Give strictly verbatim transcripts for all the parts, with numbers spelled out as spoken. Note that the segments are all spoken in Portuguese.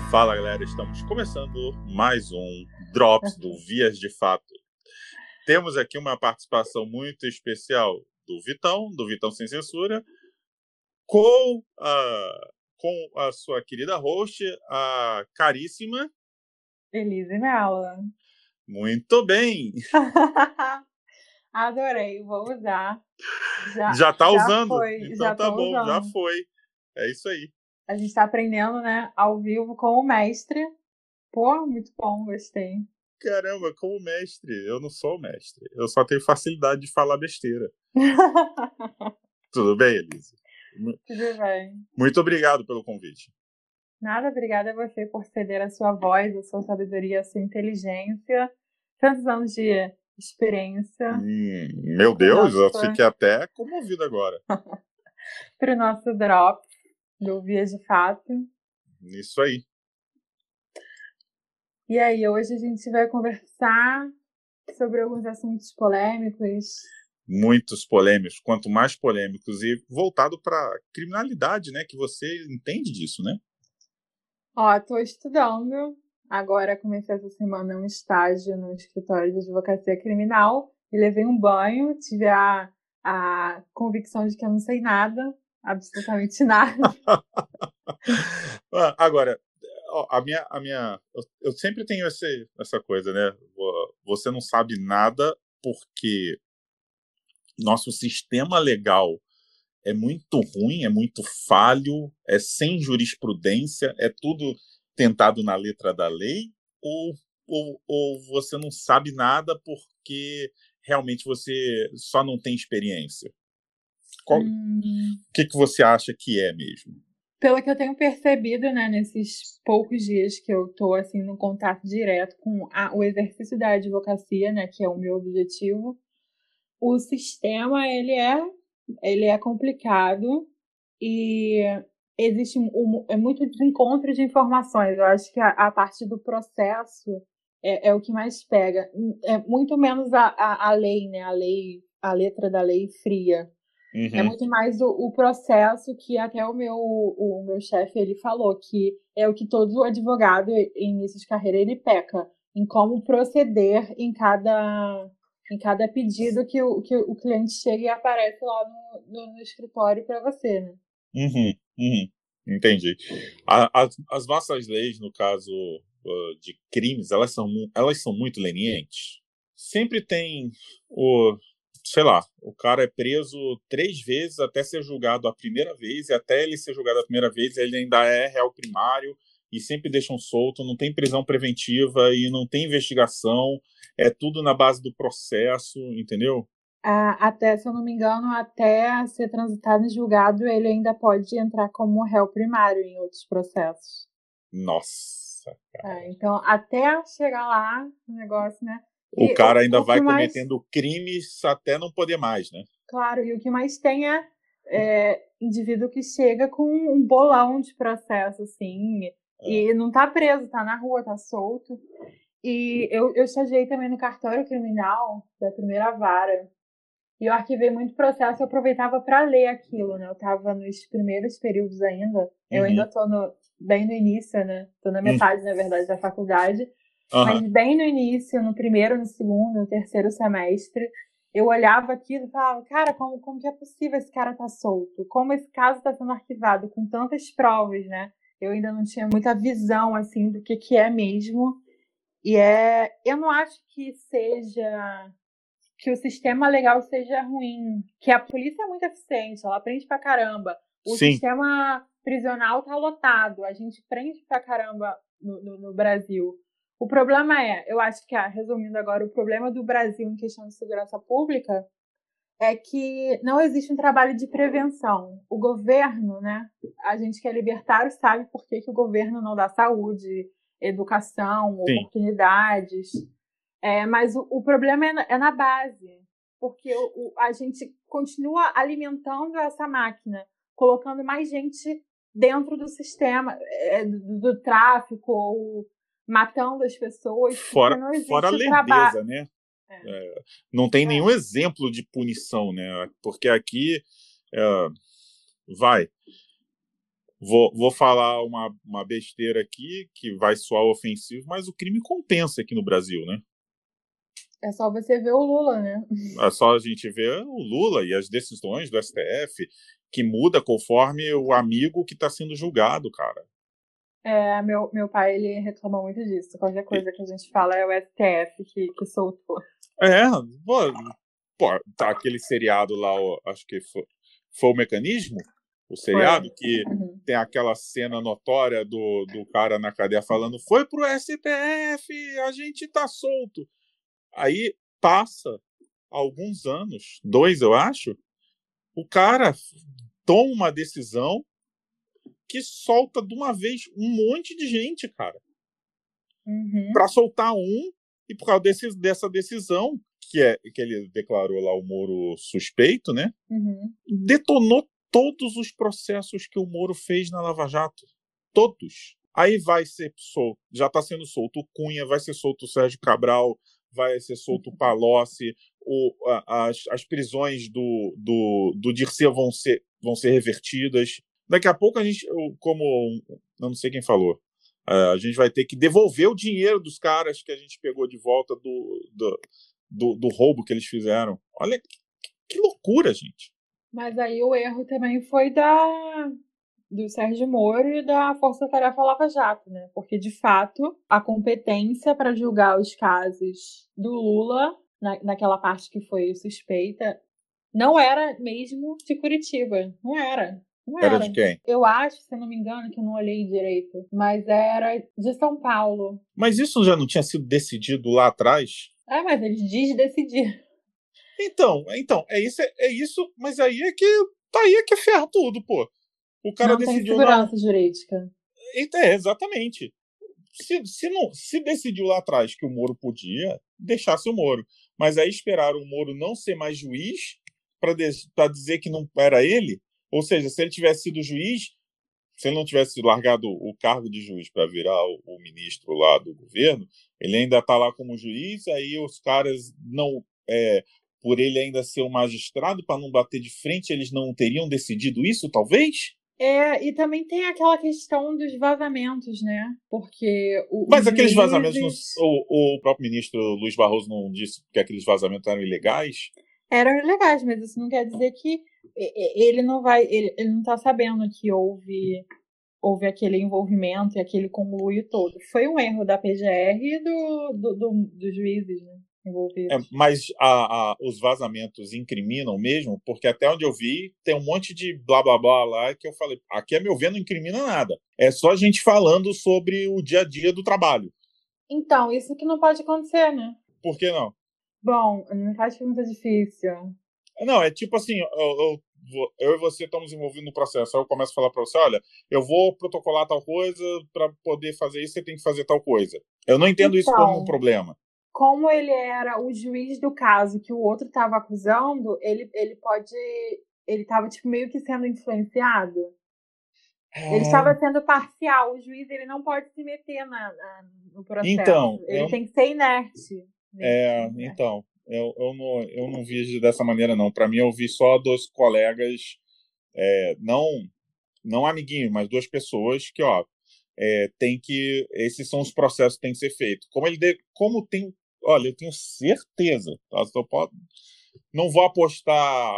Fala, galera, estamos começando mais um Drops do Vias de Fato. Temos aqui uma participação muito especial do Vitão, do Vitão Sem Censura, com a, com a sua querida host, a caríssima Elise Mela. Muito bem! Adorei, vou usar. Já, já tá já usando? Foi, então já tá bom, usando. já foi. É isso aí. A gente tá aprendendo, né, ao vivo com o mestre. Pô, muito bom, gostei. Caramba, como mestre, eu não sou mestre. Eu só tenho facilidade de falar besteira. Tudo bem, Elise? Tudo bem. Muito obrigado pelo convite. Nada, obrigada a você por ceder a sua voz, a sua sabedoria, a sua inteligência. Tantos anos de experiência. Hum, meu Deus, nosso... eu fiquei até comovido agora. Para o nosso drop do Vias de Fato. Isso aí. E aí, hoje a gente vai conversar sobre alguns assuntos polêmicos. Muitos polêmicos, quanto mais polêmicos, e voltado para criminalidade, né? Que você entende disso, né? Ó, estou estudando. Agora comecei essa semana um estágio no escritório de advocacia criminal e levei um banho, tive a, a convicção de que eu não sei nada, absolutamente nada. Agora, a minha, a minha, eu, eu sempre tenho esse, essa coisa, né? Você não sabe nada porque nosso sistema legal é muito ruim, é muito falho, é sem jurisprudência, é tudo tentado na letra da lei, ou, ou, ou você não sabe nada porque realmente você só não tem experiência? Qual, hum... O que, que você acha que é mesmo? Pelo que eu tenho percebido, né, nesses poucos dias que eu tô assim no contato direto com a, o exercício da advocacia, né, que é o meu objetivo, o sistema ele é ele é complicado e existe um, é muito desencontro de informações. Eu acho que a, a parte do processo é, é o que mais pega. É muito menos a, a, a lei, né, a lei, a letra da lei fria. Uhum. É muito mais o, o processo que até o meu, o meu chefe ele falou, que é o que todo advogado em início de carreira ele peca, em como proceder em cada, em cada pedido que o, que o cliente chega e aparece lá no, no, no escritório para você, né? Uhum, uhum. Entendi. A, as, as nossas leis, no caso uh, de crimes, elas são, elas são muito lenientes. Sempre tem o... sei lá, o cara é preso três vezes até ser julgado a primeira vez, e até ele ser julgado a primeira vez, ele ainda é réu primário, e sempre deixam solto, não tem prisão preventiva, e não tem investigação, é tudo na base do processo, entendeu? Até, se eu não me engano, até ser transitado e julgado, ele ainda pode entrar como réu primário em outros processos. Nossa, cara. É, então, até chegar lá, o negócio, né? O e cara o, ainda o vai mais... cometendo crimes até não poder mais, né? Claro, e o que mais tem é, é indivíduo que chega com um bolão de processo, assim, é. E não tá preso, tá na rua, tá solto. E eu, eu estagiei também no cartório criminal da primeira vara. E eu arquivei muito processo, eu aproveitava para ler aquilo, né? Eu tava nos primeiros períodos ainda. Eu uhum. ainda tô no, bem no início, né? Tô na metade, uhum. na verdade, da faculdade. Uhum. Mas bem no início, no primeiro, no segundo, no terceiro semestre, eu olhava aquilo e falava, cara, como, como que é possível esse cara tá solto? Como esse caso tá sendo arquivado com tantas provas, né? Eu ainda não tinha muita visão, assim, do que que é mesmo. E é... Eu não acho que seja... que o sistema legal seja ruim, que a polícia é muito eficiente, ela prende pra caramba. O Sim. sistema prisional tá lotado, a gente prende pra caramba no, no, no Brasil. O problema é, eu acho que, ah, resumindo agora, o problema do Brasil em questão de segurança pública é que não existe um trabalho de prevenção. O governo, né, a gente que é libertário sabe por que, que o governo não dá saúde, educação, Sim. oportunidades... É, mas o, o problema é na, é na base, porque o, o, a gente continua alimentando essa máquina, colocando mais gente dentro do sistema, é, do, do tráfico, ou matando as pessoas, fora, porque não existe fora a lerdeza, né? É. É, não tem é. nenhum exemplo de punição, né? Porque aqui, é, vai, Vou, vou falar uma, uma besteira aqui que vai soar ofensivo, mas o crime compensa aqui no Brasil, né? É só você ver o Lula, né? É só a gente ver o Lula e as decisões do S T F que muda conforme o amigo que está sendo julgado, cara. É, meu, meu pai, ele reclama muito disso. Qualquer coisa que a gente fala é o S T F que, que soltou. É, pô, pô, tá aquele seriado lá, ó, acho que foi, foi o Mecanismo, o seriado, Foi. que Uhum. tem aquela cena notória do, do cara na cadeia falando: foi pro S T F, a gente tá solto. Aí passa alguns anos, dois eu acho, o cara toma uma decisão que solta de uma vez um monte de gente, cara. Uhum. Para soltar um, e por causa desse, dessa decisão, que, é, que ele declarou lá o Moro suspeito, né? Uhum. Detonou todos os processos que o Moro fez na Lava Jato. Todos. Aí vai ser solto, já está sendo solto o Cunha, vai ser solto o Sérgio Cabral, vai ser solto o Palocci, o, a, as, as prisões do, do, do Dirceu vão ser, vão ser revertidas. Daqui a pouco a gente, como eu não sei quem falou, a gente vai ter que devolver o dinheiro dos caras que a gente pegou de volta do, do, do, do roubo que eles fizeram. Olha que, que loucura, gente. Mas aí o erro também foi da do Sérgio Moro e da Força Tarefa Lava Jato, né? Porque, de fato, a competência para julgar os casos do Lula, na, naquela parte que foi suspeita, não era mesmo de Curitiba. Não era. Não Era de era. quem? Eu acho, se eu não me engano, que eu não olhei direito, mas era de São Paulo. Mas isso já não tinha sido decidido lá atrás? Ah, mas eles desdecidiram. Então, então, é isso, é, é isso, mas aí é que tá aí é que ferra tudo, pô. O cara Não tem decidiu não. segurança jurídica. É, exatamente. Se, se, não, se decidiu lá atrás que o Moro podia, deixasse o Moro. Mas aí esperaram o Moro não ser mais juiz para dizer que não era ele. Ou seja, se ele tivesse sido juiz, se ele não tivesse largado o cargo de juiz para virar o, o ministro lá do governo, ele ainda está lá como juiz, aí os caras não. É, por ele ainda ser um magistrado, para não bater de frente, eles não teriam decidido isso, talvez? É, e também tem aquela questão dos vazamentos, né? Porque o, os Mas aqueles vazamentos, não, juízes o, o próprio ministro Luiz Barroso não disse que aqueles vazamentos eram ilegais? eram ilegais, mas isso não quer dizer que ele não vai, ele, ele não tá sabendo que houve, houve aquele envolvimento e aquele conluio todo. Foi um erro da P G R e do, do, do, dos juízes, né, É, envolvidos. mas a, a, os vazamentos incriminam mesmo, porque até onde eu vi, tem um monte de blá blá blá lá que eu falei, aqui a meu ver não incrimina nada. É só a gente falando sobre o dia a dia do trabalho. Então, isso que não pode acontecer, né? Por que não? Bom, não faz pergunta difícil. Não, é tipo assim, eu, eu, eu e você estamos envolvidos no processo. Aí eu começo a falar para você, olha, eu vou protocolar tal coisa, para poder fazer isso, você tem que fazer tal coisa. Eu não entendo isso como um Então, problema. como ele era o juiz do caso que o outro estava acusando, ele, ele pode. Ele estava tipo, meio que sendo influenciado. Ele estava É, sendo parcial. O juiz ele não pode se meter na, na- no processo. então, Ele eu, tem que ser inerte. é, Inerte, né? então eu, eu, não, eu não vi dessa maneira, não. Para mim, eu vi só dois colegas, é, não, não amiguinhos, mas duas pessoas que, ó, é, tem que. Esses são os processos que têm que ser feitos. Como ele de, como tem. Olha, eu tenho certeza, tá? Só pode, não vou apostar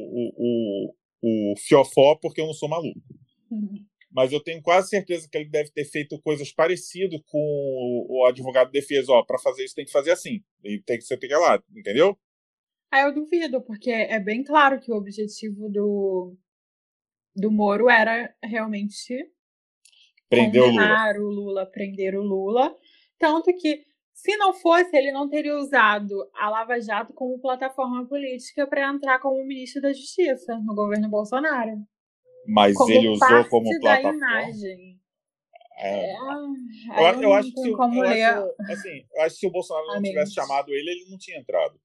o, o, o, o fiofó porque eu não sou maluco. Uhum. Mas eu tenho quase certeza que ele deve ter feito coisas parecidas com o advogado de defesa. Ó, para fazer isso tem que fazer assim. E tem que ser tem que ir lá, entendeu? Ah, eu duvido, porque é bem claro que o objetivo do, do Moro era realmente Prendeu o Lula. condenar o Lula, prender o Lula. Tanto que, se não fosse, ele não teria usado a Lava Jato como plataforma política para entrar como ministro da Justiça no governo Bolsonaro. Mas ele Como usou como parte da plataforma. imagem. É, É, eu, aí eu eu não acho que se, tenho como eu ler acho assim, eu acho que se o Bolsonaro a não tivesse mente. chamado ele, ele não tinha entrado.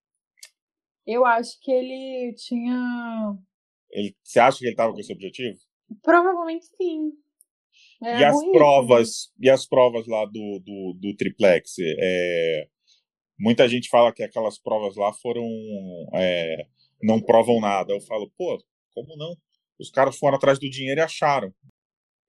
Eu acho que ele tinha. Ele, você acha que ele estava com esse objetivo? Provavelmente sim. E É as burrice, né? provas, e as provas lá do, do, do triplex, é, muita gente fala que aquelas provas lá foram é, não provam nada. Eu falo, pô, como não? Os caras foram atrás do dinheiro e acharam.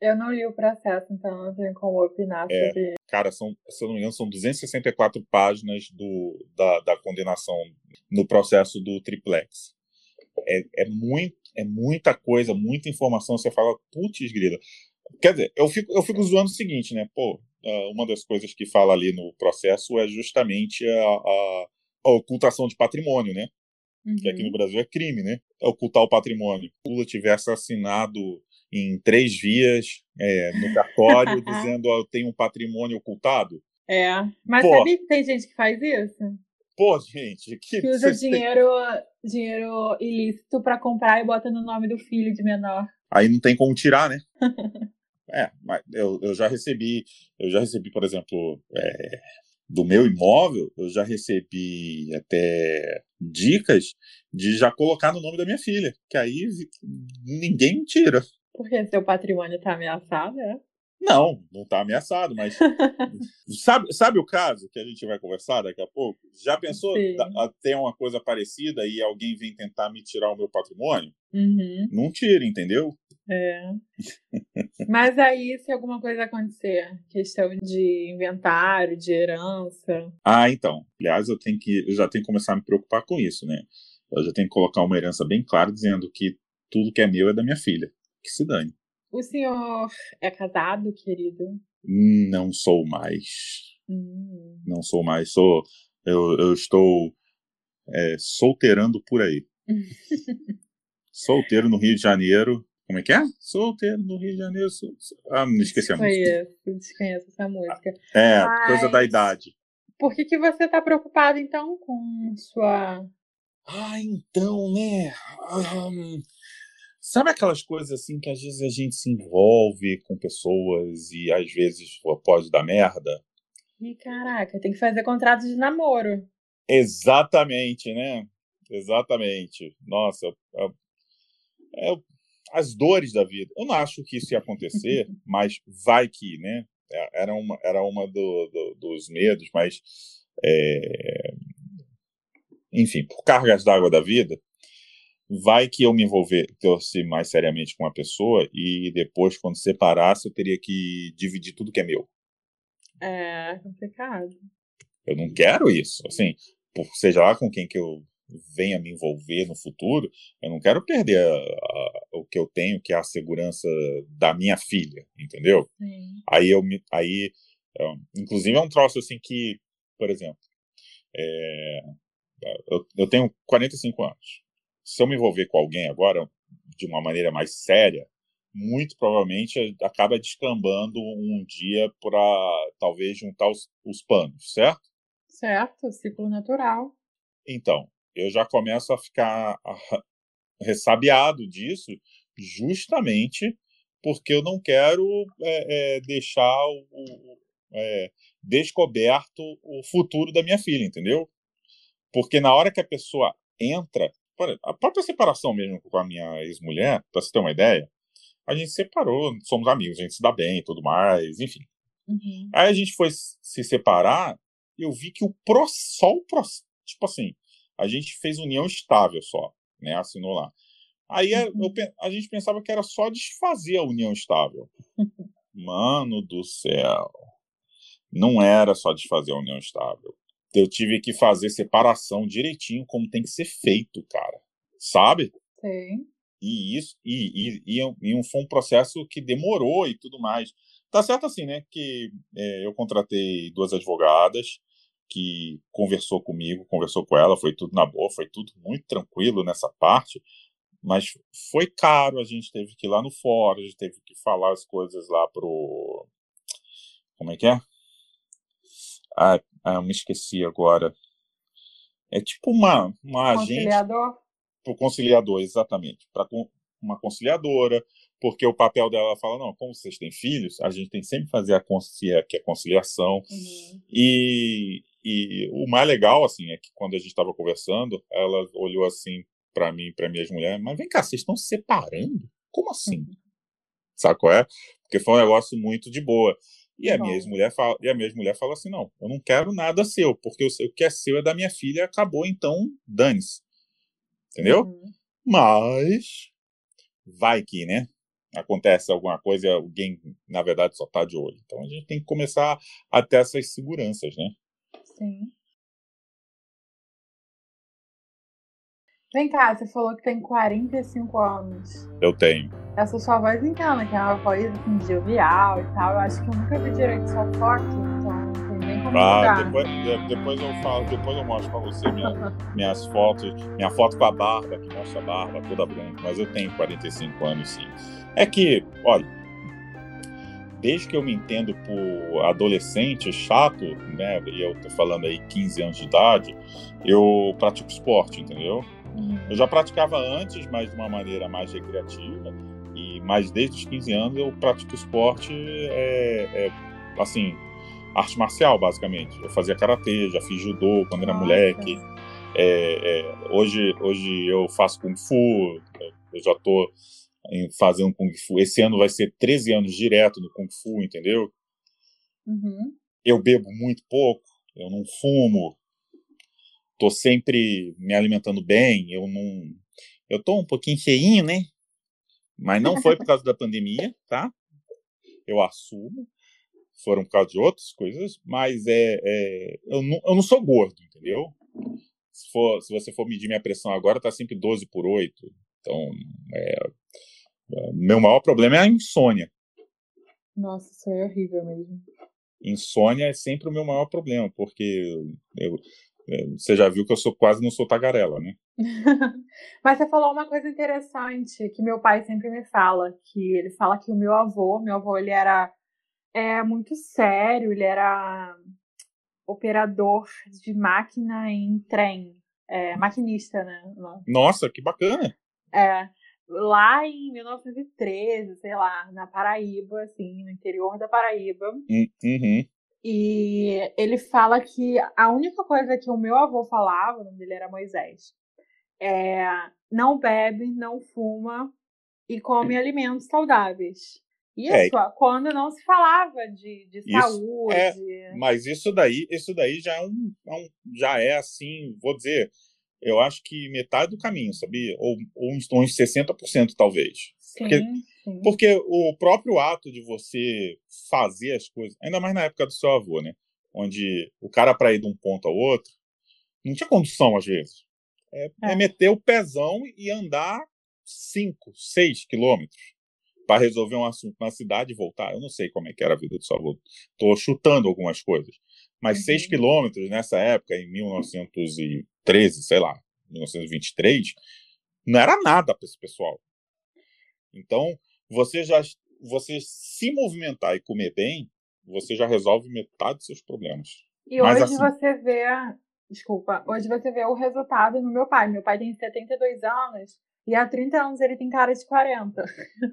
Eu não li o processo, então não tenho como opinar É, sobre. cara, são, se eu não me engano, são duzentas e sessenta e quatro páginas do, da, da condenação no processo do triplex. É, é, muito, é muita coisa, muita informação. Você fala, putz, grila. Quer dizer, eu fico, eu fico zoando o seguinte, né? Pô, uma das coisas que fala ali no processo é justamente a, a, a ocultação de patrimônio, né? Uhum. Que aqui no Brasil é crime, né? Ocultar o patrimônio. O Lula tiver assassinado em três vias é, no cartório, dizendo ó, eu tenho um patrimônio ocultado. É, mas pô, sabe que tem gente que faz isso? Pô, gente, que, que usa dinheiro, tem... dinheiro ilícito para comprar e bota no nome do filho de menor. Aí não tem como tirar, né? É, mas eu, eu já recebi, eu já recebi, por exemplo, é, do meu imóvel, eu já recebi até dicas de já colocar no nome da minha filha, que aí ninguém tira. Porque seu patrimônio está ameaçado, é? Não, não está ameaçado, mas sabe, sabe o caso que a gente vai conversar daqui a pouco? Já pensou ter uma coisa parecida e alguém vem tentar me tirar o meu patrimônio? Uhum. Não tira, entendeu? É. Mas aí, se alguma coisa acontecer, questão de inventário, de herança... Ah, então. Aliás, eu, tenho que, eu já tenho que começar a me preocupar com isso, né? Eu já tenho que colocar uma herança bem clara dizendo que tudo que é meu é da minha filha. Que se dane. O senhor é casado, querido? Não sou mais. Hum. Não sou mais. Sou, eu, eu estou é, solteirando por aí. Solteiro no Rio de Janeiro. Como é que é? Solteiro no Rio de Janeiro. Sou, sou... Ah, não esqueci a música. Desconheço, desconheço essa música. É, Mas coisa da idade. Por que, que você está preocupado, então, com sua... Ah, então, né? Um... Sabe aquelas coisas assim que às vezes a gente se envolve com pessoas e às vezes pode dar merda? Ih, caraca, tem que fazer contrato de namoro. Exatamente, né? Exatamente. Nossa, é, é, as dores da vida. Eu não acho que isso ia acontecer, mas vai que, né? Era uma, era uma do, do, dos medos, mas é... enfim, por cargas d'água da vida, vai que eu me envolvesse mais seriamente com uma pessoa e depois, quando separasse, eu teria que dividir tudo que é meu. É complicado. Eu não quero isso. Assim, por, seja lá com quem que eu venha me envolver no futuro, eu não quero perder a, a, o que eu tenho, que é a segurança da minha filha, entendeu? Sim. Aí eu me... Aí, um, inclusive é um troço assim que, por exemplo, é, eu, eu tenho quarenta e cinco anos. Se eu me envolver com alguém agora de uma maneira mais séria, muito provavelmente acaba descambando um dia para talvez juntar os, os panos, certo? Certo, ciclo natural. Então, eu já começo a ficar ressabiado disso justamente porque eu não quero é, é, deixar o, o, é, descoberto o futuro da minha filha, entendeu? Porque na hora que a pessoa entra, a própria separação mesmo com a minha ex-mulher, para você ter uma ideia, a gente se separou, somos amigos, a gente se dá bem e tudo mais, enfim. Uhum. Aí a gente foi se separar e eu vi que o pro, só o pro, tipo assim, a gente fez união estável só, né, assinou lá. Aí uhum. eu, a gente pensava que era só desfazer a união estável. Mano do céu, não era só desfazer a união estável. Eu tive que fazer separação direitinho, como tem que ser feito, cara. Sabe? Sim. E isso e, e, e, e foi um processo que demorou e tudo mais. Tá certo assim, né? Que é, eu contratei duas advogadas que conversou comigo, conversou com ela, foi tudo na boa, foi tudo muito tranquilo nessa parte. Mas foi caro, a gente teve que ir lá no fórum, a gente teve que falar as coisas lá pro... Como é que é? Ah, ah, eu me esqueci agora. É tipo uma, uma conciliador? agente... Para o conciliador, exatamente. Para uma conciliadora, porque o papel dela fala, não, como vocês têm filhos, a gente tem que sempre fazer a, concilia, que é a conciliação. Uhum. E, e o mais legal, assim, é que quando a gente estava conversando, ela olhou assim para mim e para minhas mulheres, mas vem cá, vocês estão se separando? Como assim? Uhum. Sabe qual é? Porque foi um negócio muito de boa. E a, minha ex-mulher fala, e a minha ex-mulher fala assim, não, eu não quero nada seu, porque o que é seu é da minha filha, acabou, então dane-se. Entendeu? Uhum. Mas vai que, né? acontece alguma coisa e alguém, na verdade, só está de olho. Então a gente tem que começar a ter essas seguranças, né? Sim. Vem cá, você falou que tem quarenta e cinco anos. Eu tenho. Essa sua voz engana, que é uma voz assim, jovial e tal. Eu acho que eu nunca vi direito sua foto, então não tem nem como Ah, mudar. depois, depois eu falo, depois eu mostro pra você minha, minhas fotos, minha foto com a barba, que mostra a barba toda branca, mas eu tenho quarenta e cinco anos, sim. É que, olha, desde que eu me entendo por adolescente chato, né, e eu tô falando aí quinze anos de idade, eu pratico esporte, entendeu? Uhum. Eu já praticava antes, mas de uma maneira mais recreativa, e, mas desde os quinze anos eu pratico esporte, é, é, assim, arte marcial, basicamente. Eu fazia karatê, já fiz judô quando era Nossa. moleque. É, é, hoje, hoje eu faço kung fu, eu já tô fazendo kung fu. Esse ano vai ser treze anos direto no kung fu, entendeu? Uhum. Eu bebo muito pouco, eu não fumo, tô sempre me alimentando bem, eu não... Eu tô um pouquinho cheinho, né? Mas não foi por causa da pandemia, tá? Eu assumo. Foram por causa de outras coisas, mas é, é eu, não, eu não sou gordo, entendeu? Se, for, se você for medir minha pressão agora, tá sempre doze por oito. Então, é, meu maior problema é a insônia. Nossa, isso é horrível mesmo. Insônia é sempre o meu maior problema, porque eu, eu, você já viu que eu sou quase não sou tagarela, né? Mas você falou uma coisa interessante que meu pai sempre me fala, que ele fala que o meu avô, meu avô ele era é, muito sério, ele era operador de máquina em trem, é, maquinista, né? Nossa, que bacana! É, lá em mil novecentos e treze, sei lá, na Paraíba, assim, no interior da Paraíba. Uhum. E ele fala que a única coisa que o meu avô falava, o nome dele era Moisés, é não bebe, não fuma e come alimentos saudáveis. Isso É, quando não se falava de, de isso é, saúde. mas isso daí, isso daí já é um, é um já é assim, vou dizer, eu acho que metade do caminho, sabia? Ou, ou uns, uns sessenta por cento, talvez. Sim, Porque, sim. porque o próprio ato de você fazer as coisas, ainda mais na época do seu avô, né? Onde o cara, para ir de um ponto ao outro, não tinha condução, às vezes. É, é. é meter o pezão e andar cinco, seis quilômetros para resolver um assunto na cidade e voltar. Eu não sei como é que era a vida do seu avô. Estou chutando algumas coisas. Mas uhum. seis quilômetros nessa época, em mil novecentos e treze, sei lá, mil novecentos e vinte e três, não era nada para esse pessoal. Então, você já você se movimentar e comer bem, você já resolve metade dos seus problemas. E Mas, hoje assim, você vê, desculpa, hoje você vê o resultado no meu pai. Meu pai tem setenta e dois anos e há trinta anos ele tem cara de quarenta.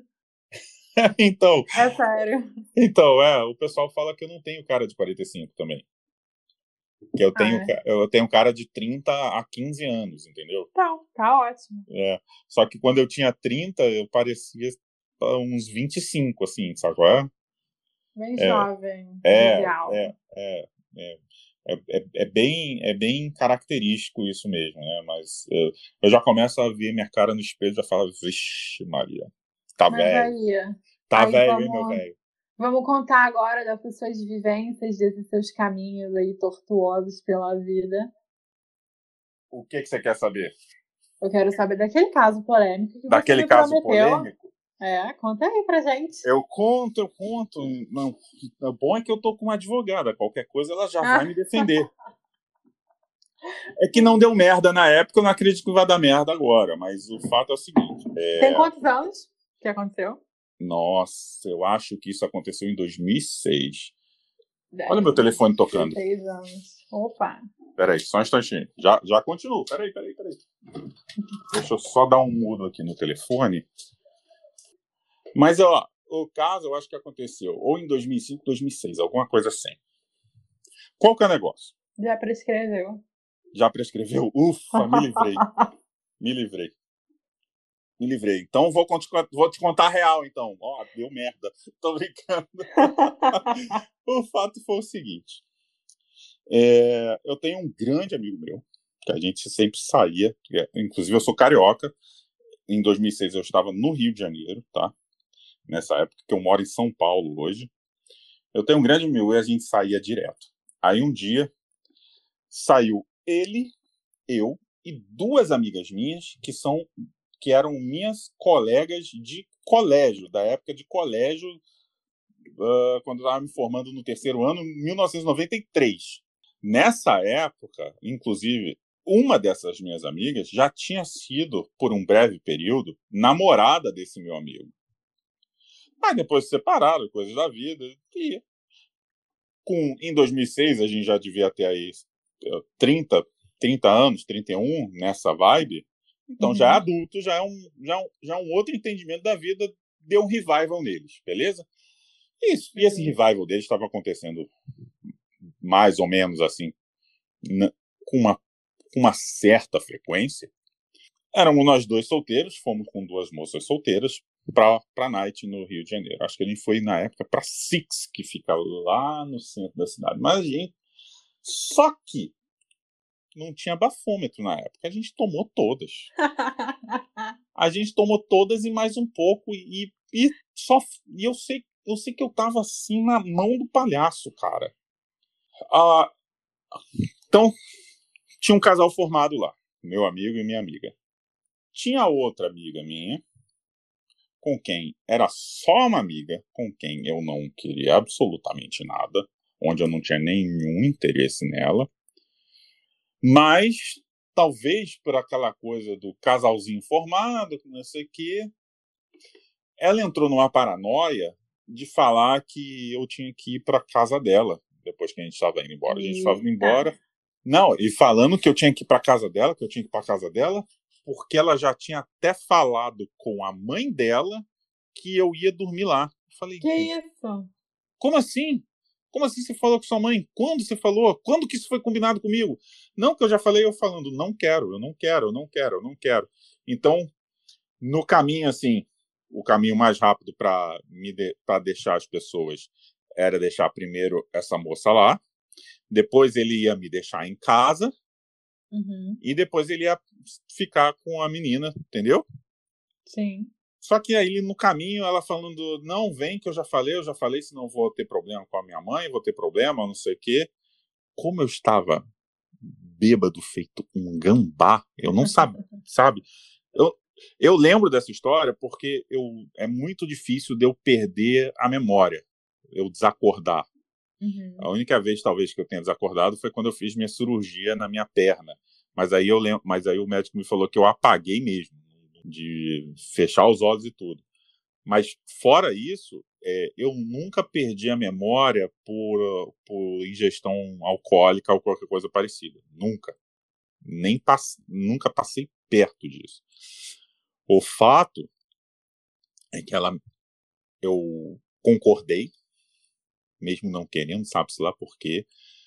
Então. É sério. Então, é, o pessoal fala que eu não tenho cara de quarenta e cinco também. Que eu tenho, ah, é. eu tenho cara de trinta a quinze anos, entendeu? Tá, tá ótimo. É, só que quando eu tinha trinta, eu parecia uns vinte e cinco, assim, sabe qual é? Bem é, jovem, é, jovial. É, é, é, é, é, é, bem, é bem característico isso mesmo, né? Mas eu, eu já começo a ver minha cara no espelho e já falo, vixe, Maria, tá Mas velho. Aí, tá aí velho, vamos, hein, meu velho? Vamos contar agora das suas vivências, desses seus caminhos aí tortuosos pela vida. O que, que você quer saber? Eu quero saber daquele caso polêmico que daquele você me caso prometeu. polêmico? É, conta aí pra gente. Eu conto, eu conto. Não, o bom é que eu tô com uma advogada. Qualquer coisa ela já vai me defender. É que não deu merda na época, eu não acredito que vai dar merda agora. Mas o fato é o seguinte. É... Tem quantos anos que aconteceu? Nossa, eu acho que isso aconteceu em dois mil e seis. dez, Olha meu telefone tocando. dezesseis anos. Opa. Peraí, só um instantinho. Já, já continuo. Peraí, peraí, peraí. Deixa eu só dar um mudo aqui no telefone. Mas, ó, o caso eu acho que aconteceu ou em dois mil e cinco, dois mil e seis, alguma coisa assim. Qual que é o negócio? Já prescreveu. Já prescreveu? Ufa, me livrei. Me livrei. Me livrei. Então, vou, vou te contar a real, então. Ó, deu merda. Tô brincando. O fato foi o seguinte. É, eu tenho um grande amigo meu, que a gente sempre saía, inclusive eu sou carioca. Em dois mil e seis eu estava no Rio de Janeiro, tá? nessa época, que eu moro em São Paulo hoje. Eu tenho um grande amigo e a gente saía direto. Aí um dia saiu ele, eu e duas amigas minhas que são que eram minhas colegas de colégio, da época de colégio, uh, quando eu estava me formando no terceiro ano, em mil novecentos e noventa e três. Nessa época, inclusive, uma dessas minhas amigas já tinha sido, por um breve período, namorada desse meu amigo. Mas depois se separaram, coisas da vida, e com, em dois mil e seis a gente já devia ter aí trinta, trinta anos, trinta e um, nessa vibe. Então, uhum. já é adulto, já é, um, já, é um, já é um outro entendimento da vida, deu um revival neles, beleza? Isso, uhum. E esse revival deles estava acontecendo mais ou menos assim, na, com, uma, com uma certa frequência. Éramos nós dois solteiros, fomos com duas moças solteiras para a Night no Rio de Janeiro. Acho que a gente foi, na época, para Six, que fica lá no centro da cidade. Mas a gente... Só que não tinha bafômetro na época. A gente tomou todas. A gente tomou todas e mais um pouco. E, e, só, e eu, sei, eu sei que eu tava assim na mão do palhaço, cara. Ah, então, tinha um casal formado lá. Meu amigo e minha amiga. Tinha outra amiga minha, com quem era só uma amiga, com quem eu não queria absolutamente nada, onde eu não tinha nenhum interesse nela. Mas, talvez por aquela coisa do casalzinho formado, não sei o quê, ela entrou numa paranoia de falar que eu tinha que ir para casa dela, depois que a gente estava indo embora. A gente estava indo embora. Não, e falando que eu tinha que ir para casa dela, que eu tinha que ir para casa dela, porque ela já tinha até falado com a mãe dela que eu ia dormir lá. Eu falei, que isso? Como assim? Como assim você falou com sua mãe? Quando você falou? Quando que isso foi combinado comigo? Não, que eu já falei, eu falando, não quero, eu não quero, eu não quero, eu não quero. Então, no caminho, assim, o caminho mais rápido para me de, para deixar as pessoas era deixar primeiro essa moça lá, depois ele ia me deixar em casa, uhum. e depois ele ia ficar com a menina, entendeu? Sim. Só que aí, no caminho, ela falando, não, vem que eu já falei, eu já falei, senão eu vou ter problema com a minha mãe, vou ter problema, não sei o quê. Como eu estava bêbado, feito um gambá, eu não sabia, sabe? Eu, eu lembro dessa história porque eu, é muito difícil de eu perder a memória, eu desacordar. Uhum. A única vez, talvez, que eu tenha desacordado foi quando eu fiz minha cirurgia na minha perna. Mas aí, eu lembro, mas aí o médico me falou que eu apaguei mesmo, de fechar os olhos e tudo. Mas, fora isso, é, eu nunca perdi a memória por, por ingestão alcoólica ou qualquer coisa parecida. Nunca. Nem passe, nunca passei perto disso. O fato é que ela, eu concordei, mesmo não querendo, sabe-se lá por quê.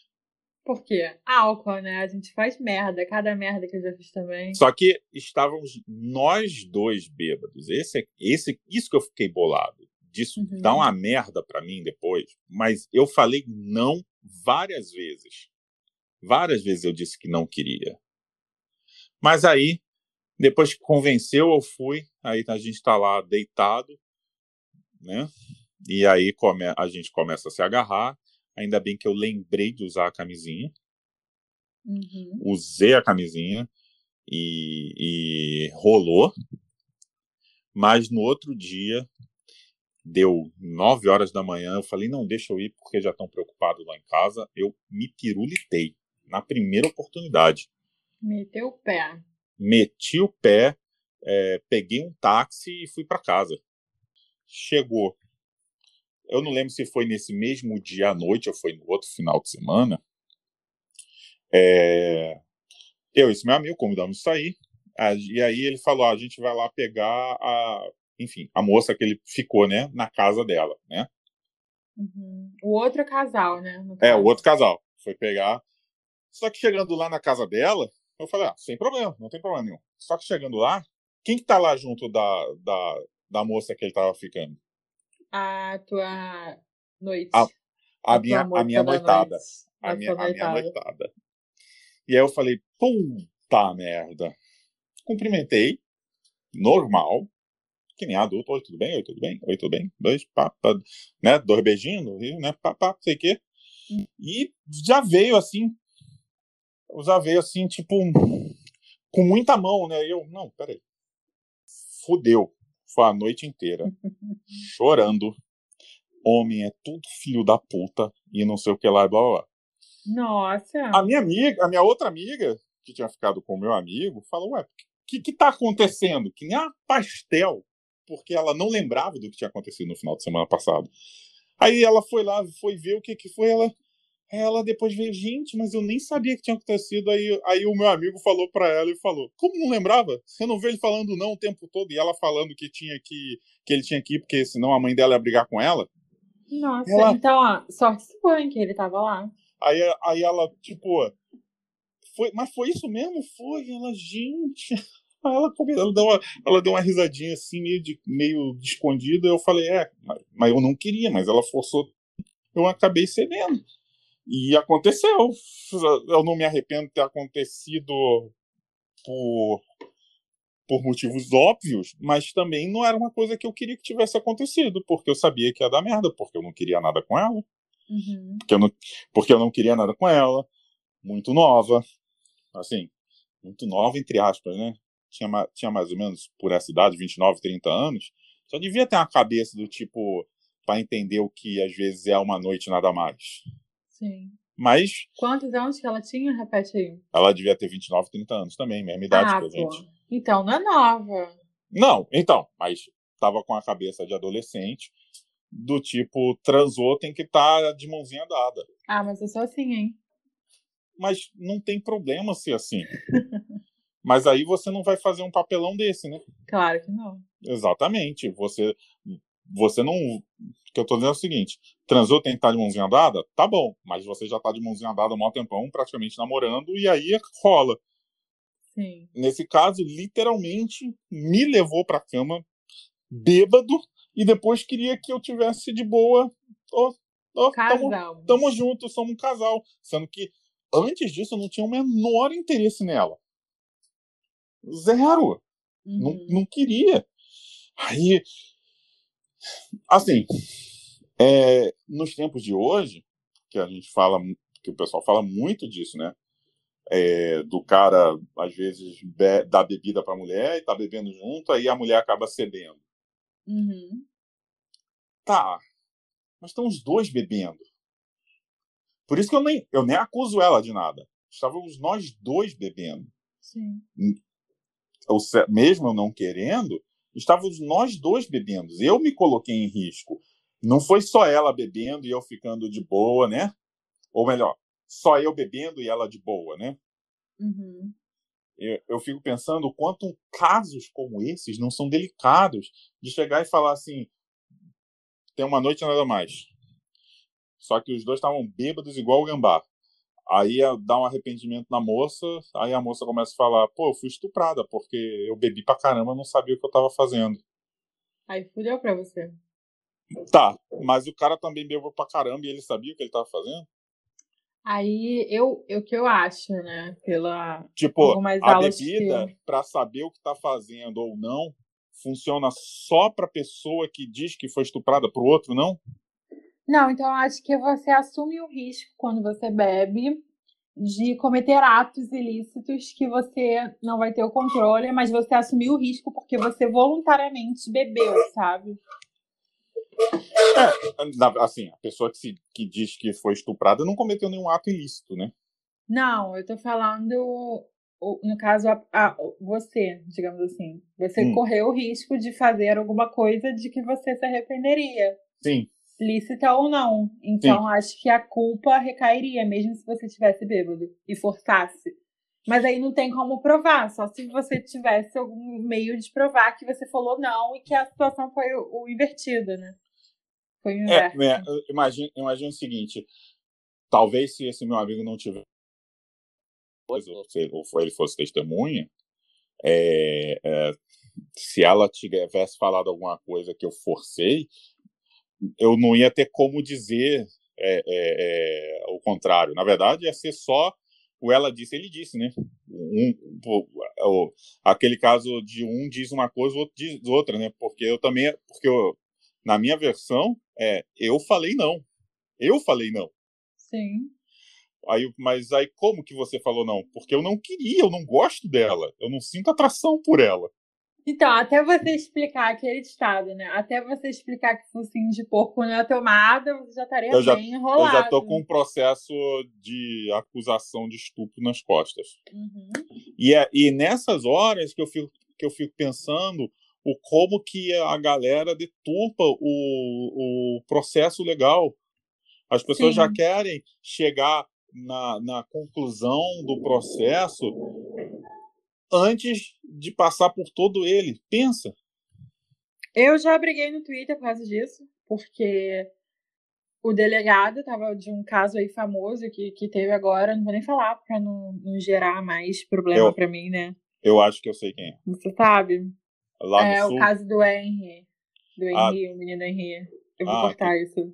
Por quê? Álcool, né? A gente faz merda. Cada merda que eu já fiz também. Só que estávamos nós dois bêbados. Esse, esse, isso que eu fiquei bolado. Disso uhum. dá uma merda pra mim depois. Mas eu falei não várias vezes. Várias vezes eu disse que não queria. Mas aí, depois que convenceu, eu fui. Aí a gente tá lá deitado, né? E aí come, a gente começa a se agarrar. Ainda bem que eu lembrei de usar a camisinha. Uhum. Usei a camisinha e, e rolou. Mas no outro dia, deu nove horas da manhã, eu falei, não, deixa eu ir porque já estão preocupados lá em casa. Eu me pirulitei na primeira oportunidade. Meteu o pé. Meti o pé, é, peguei um táxi e fui para casa. Chegou. Eu não lembro se foi nesse mesmo dia à noite ou foi no outro final de semana. É, eu e esse meu amigo convidamos de sair. E aí ele falou, ah, a gente vai lá pegar a... Enfim, a moça que ele ficou, né, na casa dela, né? Uhum. O outro casal, né? É, o outro casal. Foi pegar. Só que chegando lá na casa dela, eu falei, ah, sem problema, não tem problema nenhum. Só que chegando lá, quem que tá lá junto da, da, da moça que ele tava ficando? A tua noite. A, a, a minha, a minha noitada. A, a minha, a minha noitada. E aí eu falei, puta merda. Cumprimentei, normal. que nem adulto, oi, tudo bem? Oi, tudo bem? Oi, tudo bem? Dois, pá, pá, né? Dois beijinhos no Rio, né? Pá, pá, sei o quê. E já veio assim, já veio assim, tipo, com muita mão, né? E eu, não, peraí. Fudeu. Foi a noite inteira. Chorando. Homem é tudo filho da puta. E não sei o que lá, blá, blá, blá. Nossa. A minha amiga, a minha outra amiga, que tinha ficado com o meu amigo, falou, ué, o que que tá acontecendo? Que nem a pastel. Porque ela não lembrava do que tinha acontecido no final de semana passado. Aí ela foi lá, foi ver o que que foi, ela... Ela depois veio, gente, mas eu nem sabia que tinha acontecido. Aí, aí o meu amigo falou pra ela e falou, como não lembrava? Você não vê ele falando não o tempo todo? E ela falando que, tinha que, que ele tinha que ir, porque senão a mãe dela ia brigar com ela. Nossa, ela... então, ó, sorte sua, hein, que ele tava lá. Aí, aí ela, tipo, foi, mas foi isso mesmo? Foi. Ela, gente... Aí ela, ela, deu uma, ela deu uma risadinha assim, meio, de, meio de escondida. Eu falei, é, mas, mas eu não queria, mas ela forçou. Eu acabei cedendo. E aconteceu. Eu não me arrependo de ter acontecido por, por motivos óbvios, mas também não era uma coisa que eu queria que tivesse acontecido, porque eu sabia que ia dar merda, porque eu não queria nada com ela. Uhum. Porque, eu não, porque eu não queria nada com ela. Muito nova. Assim, muito nova, entre aspas, né? Tinha, tinha mais ou menos, por essa idade, vinte e nove, trinta anos. Só devia ter uma cabeça do tipo, para entender o que às vezes é uma noite nada mais. Sim. Mas... Quantos anos que ela tinha? Repete aí. Ela devia ter vinte e nove, trinta anos também, mesma idade ah, que a gente. Pô. Então não é nova. Não, então, mas tava com a cabeça de adolescente, do tipo, transou, tem que estar tá de mãozinha dada. Ah, mas eu sou assim, hein? Mas não tem problema ser assim. Mas aí você não vai fazer um papelão desse, né? Claro que não. Exatamente. Você, você não... O que eu tô dizendo é o seguinte, transou, tem que estar de mãozinha dada? Tá bom, mas você já tá de mãozinha dada há um maior tempão, praticamente namorando, e aí rola. Sim. Nesse caso, literalmente, me levou pra cama, bêbado, e depois queria que eu tivesse de boa. Ó, ó, tamo, tamo junto, somos um casal. Sendo que, antes disso, eu não tinha o menor interesse nela. Zero. Uhum. Não, não queria. Aí, assim, é, nos tempos de hoje, que a gente fala, que o pessoal fala muito disso, né? É, do cara, às vezes, be- dá bebida pra mulher e tá bebendo junto, aí a mulher acaba cedendo. Uhum. Tá, mas estão os dois bebendo. Por isso que eu nem, eu nem acuso ela de nada. Estávamos nós dois bebendo. Sim. Ou se- mesmo eu não querendo, estávamos nós dois bebendo. Eu me coloquei em risco. Não foi só ela bebendo e eu ficando de boa, né? Ou melhor, só eu bebendo e ela de boa, né? Uhum. Eu, eu fico pensando o quanto casos como esses não são delicados de chegar e falar assim, tem uma noite nada mais. Só que os dois estavam bêbados igual o gambá. Aí dá um arrependimento na moça, aí a moça começa a falar, pô, eu fui estuprada, porque eu bebi pra caramba, não sabia o que eu tava fazendo. Aí fudeu pra você. Tá, mas o cara também bebeu pra caramba e ele sabia o que ele tava fazendo? Aí, eu, eu, o que eu acho, né, pela Tipo, algumas a aulas bebida, que... pra saber o que tá fazendo ou não, funciona só pra pessoa que diz que foi estuprada, pro outro não? Não, então eu acho que você assume o risco quando você bebe de cometer atos ilícitos que você não vai ter o controle, mas você assumiu o risco porque você voluntariamente bebeu, sabe? É, assim, a pessoa que, se, que diz que foi estuprada não cometeu nenhum ato ilícito, né? Não, eu tô falando, no caso, a, a, você, digamos assim. Você Hum. correu o risco de fazer alguma coisa de que você se arrependeria. Sim. Lícita ou não. Então, Sim. acho que a culpa recairia, mesmo se você tivesse bêbado e forçasse. Mas aí não tem como provar, só se você tivesse algum meio de provar que você falou não e que a situação foi o, o invertido, né? Foi o inverso. É, é, imagina, imagina o seguinte, talvez se esse meu amigo não tivesse, ou se ele fosse testemunha, é, é, se ela tivesse falado alguma coisa que eu forcei, eu não ia ter como dizer é, é, é, o contrário. Na verdade, ia ser só o ela disse, ele disse, né? um, um, aquele caso de um diz uma coisa, o outro diz outra, né? Porque eu também, porque eu, na minha versão, é, eu falei não. Eu falei não. Sim. Aí, mas aí como que você falou não? Porque eu não queria, eu não gosto dela. Eu não sinto atração por ela. Então, até você explicar aquele estado, né? Até você explicar que focinho de porco não é tomada, você já estaria Eu já, bem enrolado. eu já tô com um processo de acusação de estupro nas costas. Uhum. E, é, e nessas horas que eu fico, que eu fico pensando o como que a galera deturpa o, o processo legal. As pessoas Sim. já querem chegar na, na conclusão do processo antes de passar por todo ele. Pensa. Eu já briguei no Twitter por causa disso, porque o delegado tava de um caso aí famoso que, que teve agora, não vou nem falar pra não, não gerar mais problema eu, pra mim, né? Eu acho que eu sei quem é. Você sabe? Lá é no o sul? caso do Henry. Do Henry, ah. o menino Henry. Eu vou ah, cortar que... isso.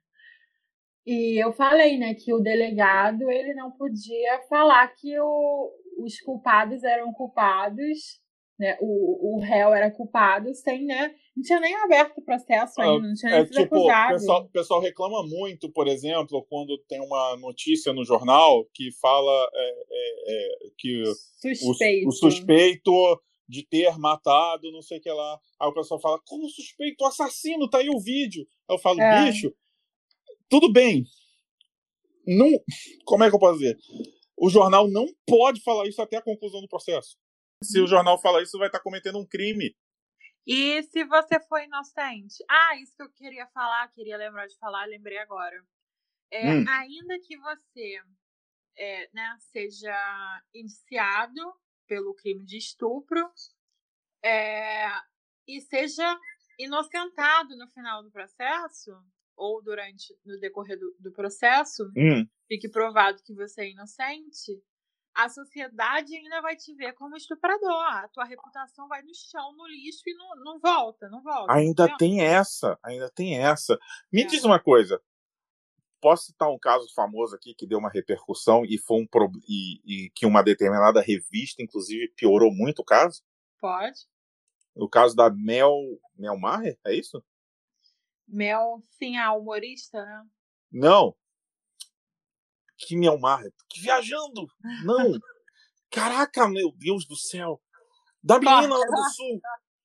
E eu falei, né, que o delegado, ele não podia falar que o, os culpados eram culpados, né, o, o réu era culpado, sem, né, não tinha nem aberto o processo ainda, não tinha nem é, sido tipo, acusado. O pessoal, pessoal reclama muito, por exemplo, quando tem uma notícia no jornal que fala é, é, é, que suspeito. O, o suspeito de ter matado, não sei o que lá. Aí o pessoal fala, como suspeito? O assassino, tá aí o vídeo. Aí eu falo, é. bicho, tudo bem. Não, como é que eu posso dizer? O jornal não pode falar isso até a conclusão do processo. Se o jornal falar isso, vai estar cometendo um crime. E se você foi inocente? Ah, isso que eu queria falar, queria lembrar de falar, lembrei agora. É, hum. Ainda que você é, né, seja indiciado pelo crime de estupro é, e seja inocentado no final do processo ou durante no decorrer do, do processo, hum. fique provado que você é inocente, a sociedade ainda vai te ver como estuprador. A tua reputação vai no chão, no lixo e não, não volta, não volta. Ainda não tem essa, ainda tem essa. Me é. diz uma coisa. Posso citar um caso famoso aqui que deu uma repercussão e foi um pro... e, e que uma determinada revista, inclusive, piorou muito o caso? Pode. O caso da Mel Mel Maher, é isso? Mel, sim, a humorista, né? Não. Que Mel Maher? Que viajando! Não! Caraca, meu Deus do céu! Da menina lá do sul!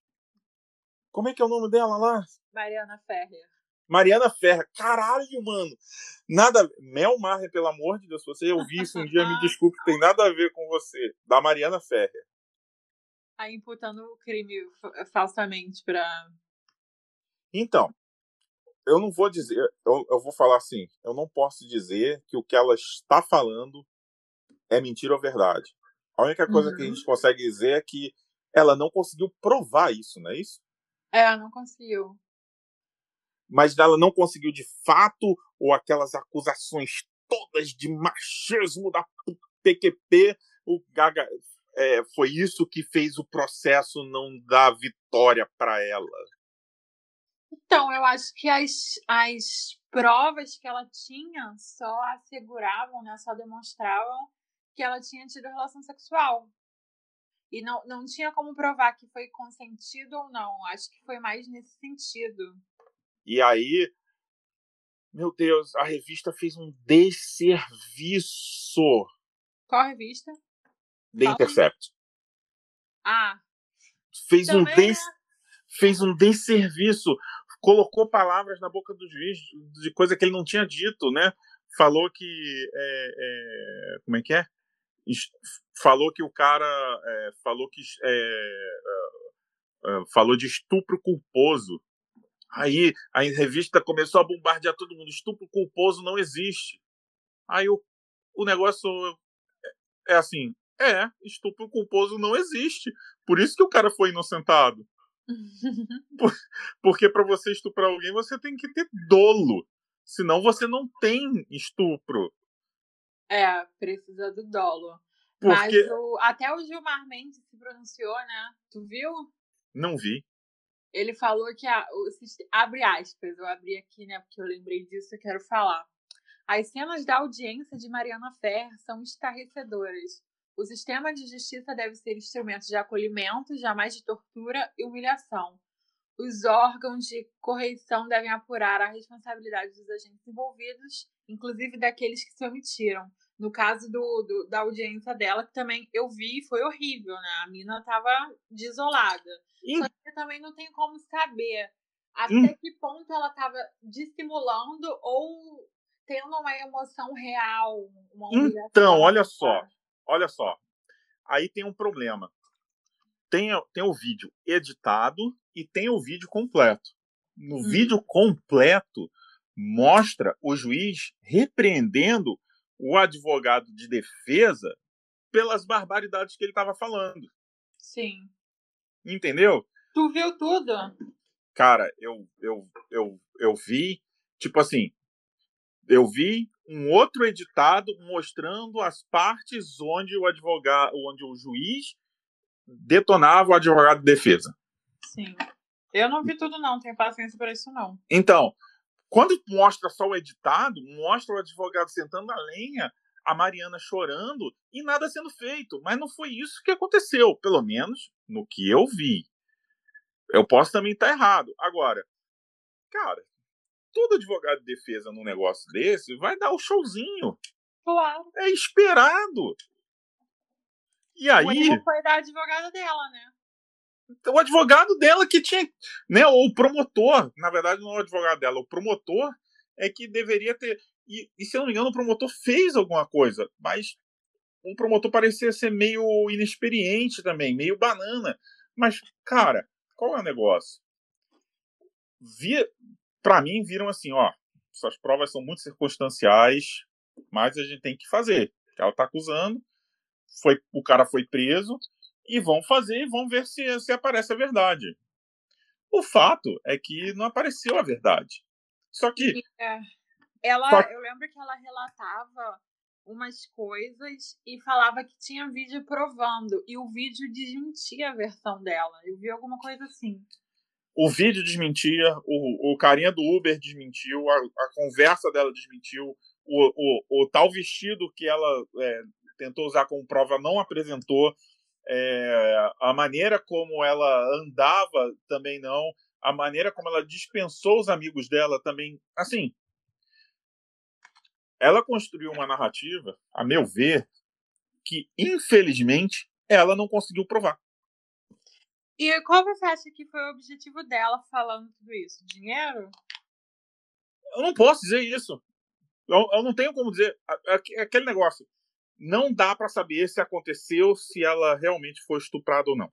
Como é que é o nome dela lá? Mariana Ferrer. Mariana Ferrer. Caralho, mano! Nada. Mel Maher, pelo amor de Deus, se você ouvir isso um dia, me desculpe, tem nada a ver com você. Da Mariana Ferrer. Aí imputando o crime falsamente pra. Então, eu não vou dizer, eu, eu vou falar assim, eu não posso dizer que o que ela está falando é mentira ou verdade. A única coisa uhum. que a gente consegue dizer é que ela não conseguiu provar isso, não é isso? É, não conseguiu. Mas ela não conseguiu de fato, ou aquelas acusações todas de machismo da P Q P, o Gaga, é, foi isso que fez o processo não dar vitória para ela. Então, eu acho que as, as provas que ela tinha só asseguravam, né, só demonstravam que ela tinha tido relação sexual. E não, não tinha como provar que foi consentido ou não. Acho que foi mais nesse sentido. E aí, meu Deus, a revista fez um desserviço. Qual revista? The Fala Intercept. Aí. Ah. Fez um, des... é. fez um desserviço. Colocou palavras na boca do juiz de coisa que ele não tinha dito, né? Falou que... É, é... Como é que é? Falou que o cara... É, falou que... É, é, falou de estupro culposo. Aí a revista começou a bombardear todo mundo. Estupro culposo não existe. Aí o, o negócio é assim... É, estupro culposo não existe. Por isso que o cara foi inocentado. Por, porque para você estuprar alguém, você tem que ter dolo. Senão você não tem estupro. É, precisa do dolo. Porque... Mas o, até o Gilmar Mendes se pronunciou, né? Tu viu? Não vi. Ele falou que a, o, abre aspas, eu abri aqui, né? Porque eu lembrei disso e quero falar. As cenas da audiência de Mariana Ferrer são estarrecedoras. O sistema de justiça deve ser instrumento de acolhimento, jamais de tortura e humilhação. Os órgãos de correição devem apurar a responsabilidade dos agentes envolvidos, inclusive daqueles que se omitiram. No caso do, do, da audiência dela, que também eu vi, foi horrível, né? A mina estava desolada. E... Só que também não tem como saber até hum. que ponto ela estava dissimulando ou tendo uma emoção real, uma humilhação. Então, olha só, olha só. Aí tem um problema. Tem, tem o vídeo editado e tem o vídeo completo. No hum. vídeo completo, mostra o juiz repreendendo o advogado de defesa pelas barbaridades que ele estava falando. Sim. Entendeu? Tu viu tudo? Cara, eu, eu, eu, eu vi, tipo assim, eu vi um outro editado mostrando as partes onde o advogado, onde o juiz detonava o advogado de defesa. Sim. Eu não vi tudo, não. Tenho paciência para isso, não. Então, quando mostra só o editado, mostra o advogado sentando a lenha, a Mariana chorando e nada sendo feito. Mas não foi isso que aconteceu, pelo menos no que eu vi. Eu posso também estar errado. Agora, cara, todo advogado de defesa num negócio desse vai dar o showzinho. Claro. É esperado. E aí... O erro foi da advogada dela, né? O advogado dela que tinha... Né, ou o promotor, na verdade não é o advogado dela, o promotor é que deveria ter... E, e se eu não me engano, o promotor fez alguma coisa, mas o promotor parecia ser meio inexperiente também, meio banana. Mas, cara, qual é o negócio? Vi... Pra mim, viram assim, ó, essas provas são muito circunstanciais, mas a gente tem que fazer. Ela tá acusando, foi, o cara foi preso, e vão fazer e vão ver se, se aparece a verdade. O fato é que não apareceu a verdade. Só que... É, ela, só... eu lembro que ela relatava umas coisas e falava que tinha vídeo provando, e o vídeo desmentia a versão dela. Eu vi alguma coisa assim. O vídeo desmentia, o, o carinha do Uber desmentiu, a, a conversa dela desmentiu, o, o, o tal vestido que ela é, tentou usar como prova não apresentou, é, a maneira como ela andava também não, a maneira como ela dispensou os amigos dela também. Assim, ela construiu uma narrativa, a meu ver, que infelizmente ela não conseguiu provar. E qual você acha que foi o objetivo dela falando tudo isso? Dinheiro? Eu não posso dizer isso. Eu, eu não tenho como dizer. Aquele negócio. Não dá para saber se aconteceu, se ela realmente foi estuprada ou não.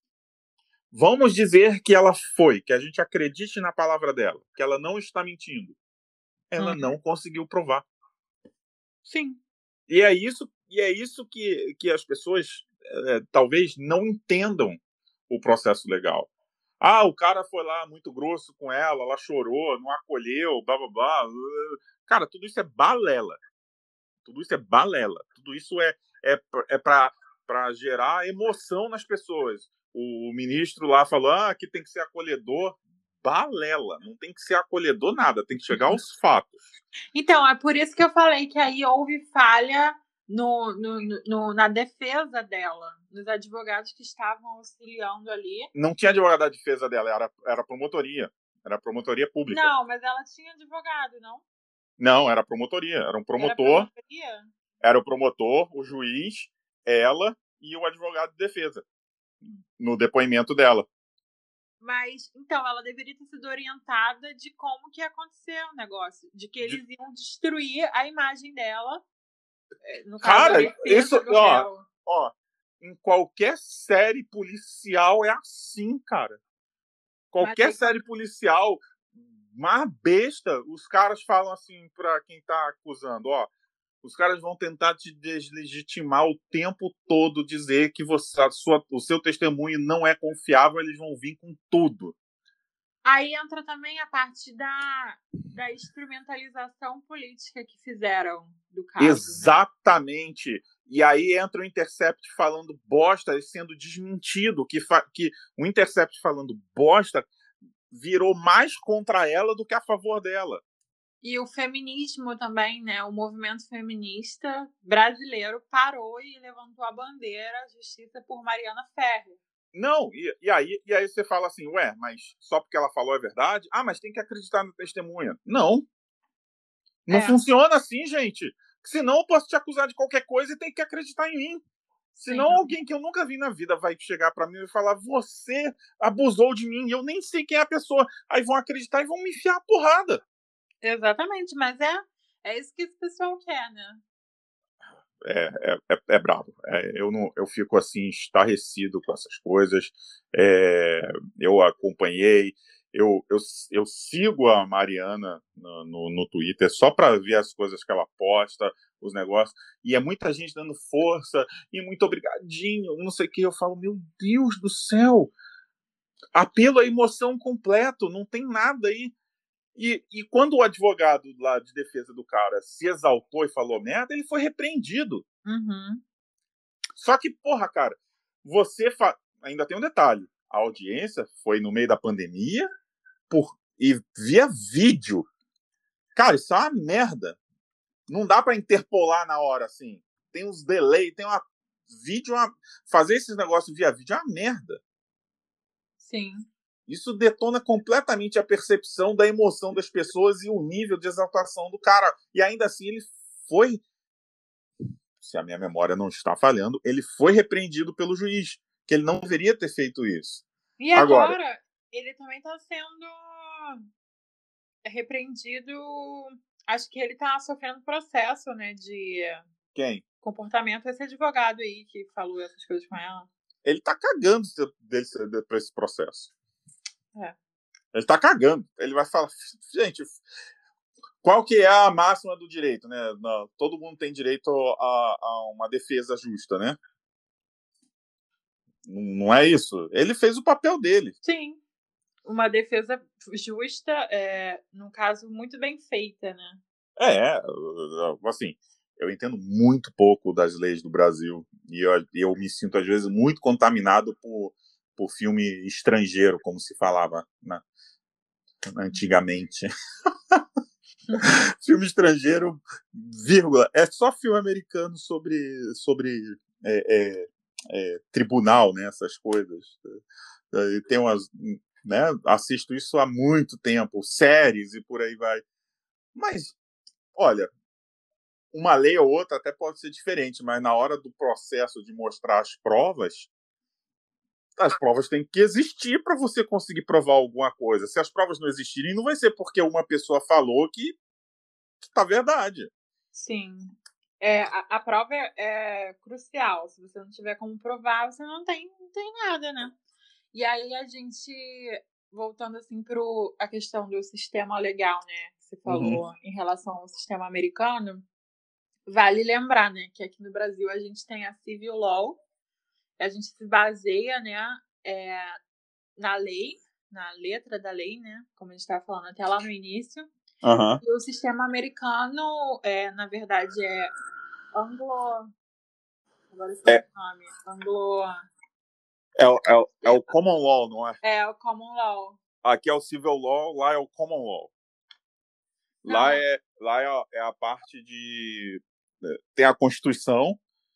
Vamos dizer que ela foi, que a gente acredite na palavra dela, que ela não está mentindo. Ela uhum. não conseguiu provar. Sim. E é isso, e é isso que, que as pessoas é, talvez não entendam o processo legal. Ah, o cara foi lá muito grosso com ela, ela chorou, não acolheu, blá, blá, blá. Cara, tudo isso é balela. Tudo isso é balela. Tudo isso é, é, é para gerar emoção nas pessoas. O ministro lá falou ah, que tem que ser acolhedor. Balela. Não tem que ser acolhedor nada. Tem que chegar aos fatos. Então, é por isso que eu falei que aí houve falha no, no, no, na defesa dela, nos advogados que estavam auxiliando ali. Não tinha advogado da defesa dela, era, era promotoria. Era promotoria pública. Não, mas ela tinha advogado, não? Não, era promotoria. Era um promotor. Era promotoria? Era o promotor, o juiz, ela e o advogado de defesa. No depoimento dela. Mas, então, ela deveria ter sido orientada de como que ia acontecer o negócio. De que eles de... iam destruir a imagem dela. No caso, cara, isso, ó, ó, em qualquer série policial é assim, cara. Qualquer Mas, série policial, mais besta, os caras falam assim pra quem tá acusando, ó, os caras vão tentar te deslegitimar o tempo todo, dizer que você, a sua, o seu testemunho não é confiável, eles vão vir com tudo. Aí entra também a parte da, da instrumentalização política que fizeram do caso. Exatamente. Né? E aí entra o Intercept falando bosta e sendo desmentido, que, fa- que o Intercept falando bosta virou mais contra ela do que a favor dela. E o feminismo também, né? O movimento feminista brasileiro parou e levantou a bandeira Justiça por Mariana Ferrer. Não, e, e, aí, e aí você fala assim, ué, mas só porque ela falou é verdade? Ah, mas tem que acreditar na testemunha. Não. Não É. funciona assim, gente. Senão eu posso te acusar de qualquer coisa e tem que acreditar em mim. Senão Sim. alguém que eu nunca vi na vida vai chegar pra mim e falar, você abusou de mim, eu nem sei quem é a pessoa. Aí vão acreditar e vão me enfiar a porrada. Exatamente, mas é, é isso que esse pessoal quer, né? É, é, é, é bravo. É, eu, não, eu fico assim, estarrecido com essas coisas. É, eu acompanhei, eu, eu, eu sigo a Mariana no, no, no Twitter só para ver as coisas que ela posta, os negócios, e é muita gente dando força, e muito obrigadinho, não sei o que. Eu falo, meu Deus do céu, apelo à emoção completo, não tem nada aí. E, e quando o advogado lá de defesa do cara se exaltou e falou merda, ele foi repreendido. Uhum. Só que, porra, cara, você fa... ainda tem um detalhe. A audiência foi no meio da pandemia por... e via vídeo. Cara, isso é uma merda. Não dá pra interpolar na hora, assim. Tem uns delay, tem uma vídeo, uma... fazer esses negócios via vídeo é uma merda. Sim. Isso detona completamente a percepção da emoção das pessoas e o nível de exaltação do cara. E ainda assim ele foi, se a minha memória não está falhando, ele foi repreendido pelo juiz, que ele não deveria ter feito isso. E agora, agora ele também está sendo repreendido. Acho que ele está sofrendo processo, né, de quem? comportamento. Esse advogado aí que falou essas coisas com ela. Ele tá cagando para esse processo. É. Ele tá cagando. Ele vai falar, gente, qual que é a máxima do direito, né? Todo mundo tem direito a, a uma defesa justa, né? Não é isso? Ele fez o papel dele. Sim. Uma defesa justa, é, num caso, muito bem feita, né? É, assim, eu entendo muito pouco das leis do Brasil e eu, eu me sinto, às vezes, muito contaminado por, por filme estrangeiro, como se falava na, antigamente. Filme estrangeiro, vírgula, é só filme americano sobre, sobre é, é, é, tribunal, né, essas coisas. Tem umas, né, assisto isso há muito tempo, séries e por aí vai. Mas, olha, uma lei ou outra até pode ser diferente, mas na hora do processo de mostrar as provas, as provas têm que existir para você conseguir provar alguma coisa. Se as provas não existirem, não vai ser porque uma pessoa falou que está verdade. Sim. É, a, a prova é, é crucial. Se você não tiver como provar, você não tem, não tem nada, né? E aí a gente, voltando assim para a questão do sistema legal, né? Que você falou uhum. em relação ao sistema americano, vale lembrar, né, que aqui no Brasil a gente tem a civil law, a gente se baseia, né, é, na lei, na letra da lei, né, como a gente estava falando até lá no início. Uhum. E o sistema americano, é, na verdade, é anglo... Agora eu é. o nome. Anglo... É, é, é o common law, não é? É, o common law. Aqui é o civil law, lá é o common law. Não, lá, é, lá é, a, é a parte de... Tem a Constituição,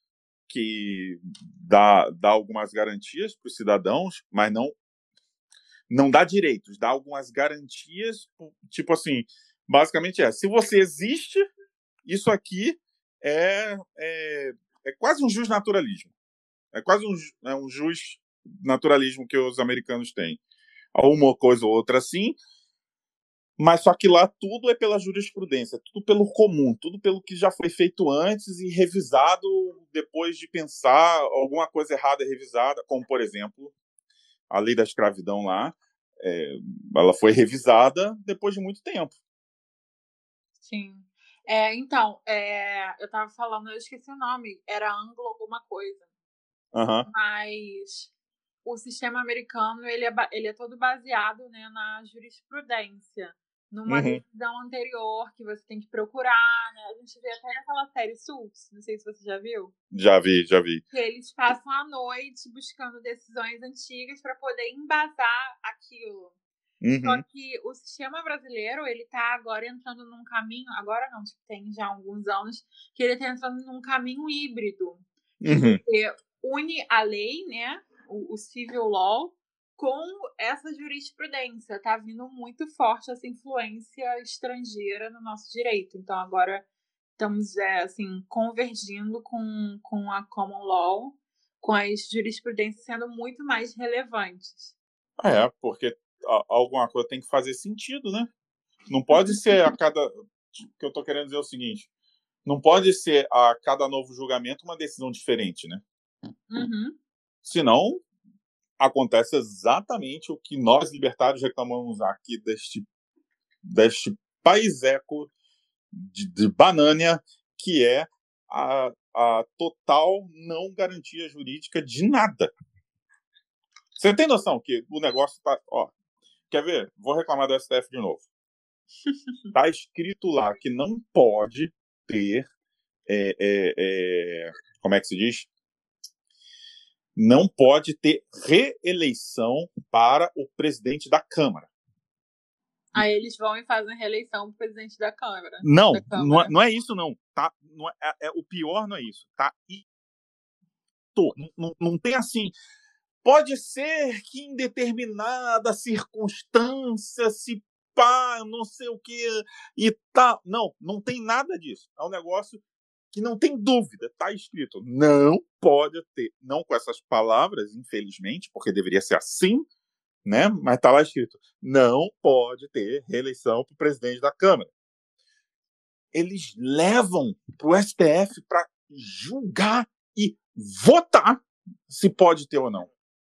que dá, dá algumas garantias para os cidadãos, mas não, não dá direitos, dá algumas garantias, tipo assim, basicamente é, se você existe, isso aqui é, é, é quase um justnaturalismo. É quase um, é um justnaturalismo que os americanos têm. Uma coisa ou outra assim, mas só que lá tudo é pela jurisprudência, tudo pelo comum, tudo pelo que já foi feito antes e revisado depois de pensar alguma coisa errada é revisada, como, por exemplo, a lei da escravidão lá, é, ela foi revisada depois de muito tempo. Sim. É, então, é, eu estava falando, eu esqueci o nome, era Anglo alguma coisa. Uhum. Mas o sistema americano, ele é, ele é todo baseado, né, na jurisprudência. Numa uhum. decisão anterior que você tem que procurar, né? A gente vê até naquela série Suits, não sei se você já viu. Já vi, já vi. Que eles passam a noite buscando decisões antigas para poder embasar aquilo. Uhum. Só que o sistema brasileiro, ele tá agora entrando num caminho, agora não, tipo, tem já alguns anos, que ele tá entrando num caminho híbrido. Que Uhum. você une a lei, né, o, o civil law, com essa jurisprudência. Tá vindo muito forte essa influência estrangeira no nosso direito. Então agora estamos, é, assim, convergindo com, com a common law, com as jurisprudências sendo muito mais relevantes. É, porque alguma coisa tem que fazer sentido, né? Não pode ser a cada... O que eu tô querendo dizer é o seguinte, não pode ser a cada novo julgamento uma decisão diferente, né? Uhum. Senão, acontece exatamente o que nós libertários reclamamos aqui deste, deste país-eco de, de Banânia, que é a, a total não garantia jurídica de nada. Você tem noção que o negócio tá... Ó, quer ver? Vou reclamar do S T F de novo. Tá escrito lá que não pode ter... É, é, é, como é que se diz? Não pode ter reeleição para o presidente da Câmara. Aí eles vão e fazem reeleição para o presidente da Câmara. Não, da não, é, não é isso, não. Tá, não é, é, o pior não é isso. Tá? E, tô, não, não tem assim... Pode ser que em determinada circunstância se pá, não sei o que e tal. Não, não tem nada disso. É um negócio que não tem dúvida. Tá escrito. Não pode ter. Não com essas palavras, infelizmente, porque deveria ser assim, né? Mas tá lá escrito. Não pode ter reeleição para o presidente da Câmara. Eles levam para o S T F para julgar e votar se pode ter ou não.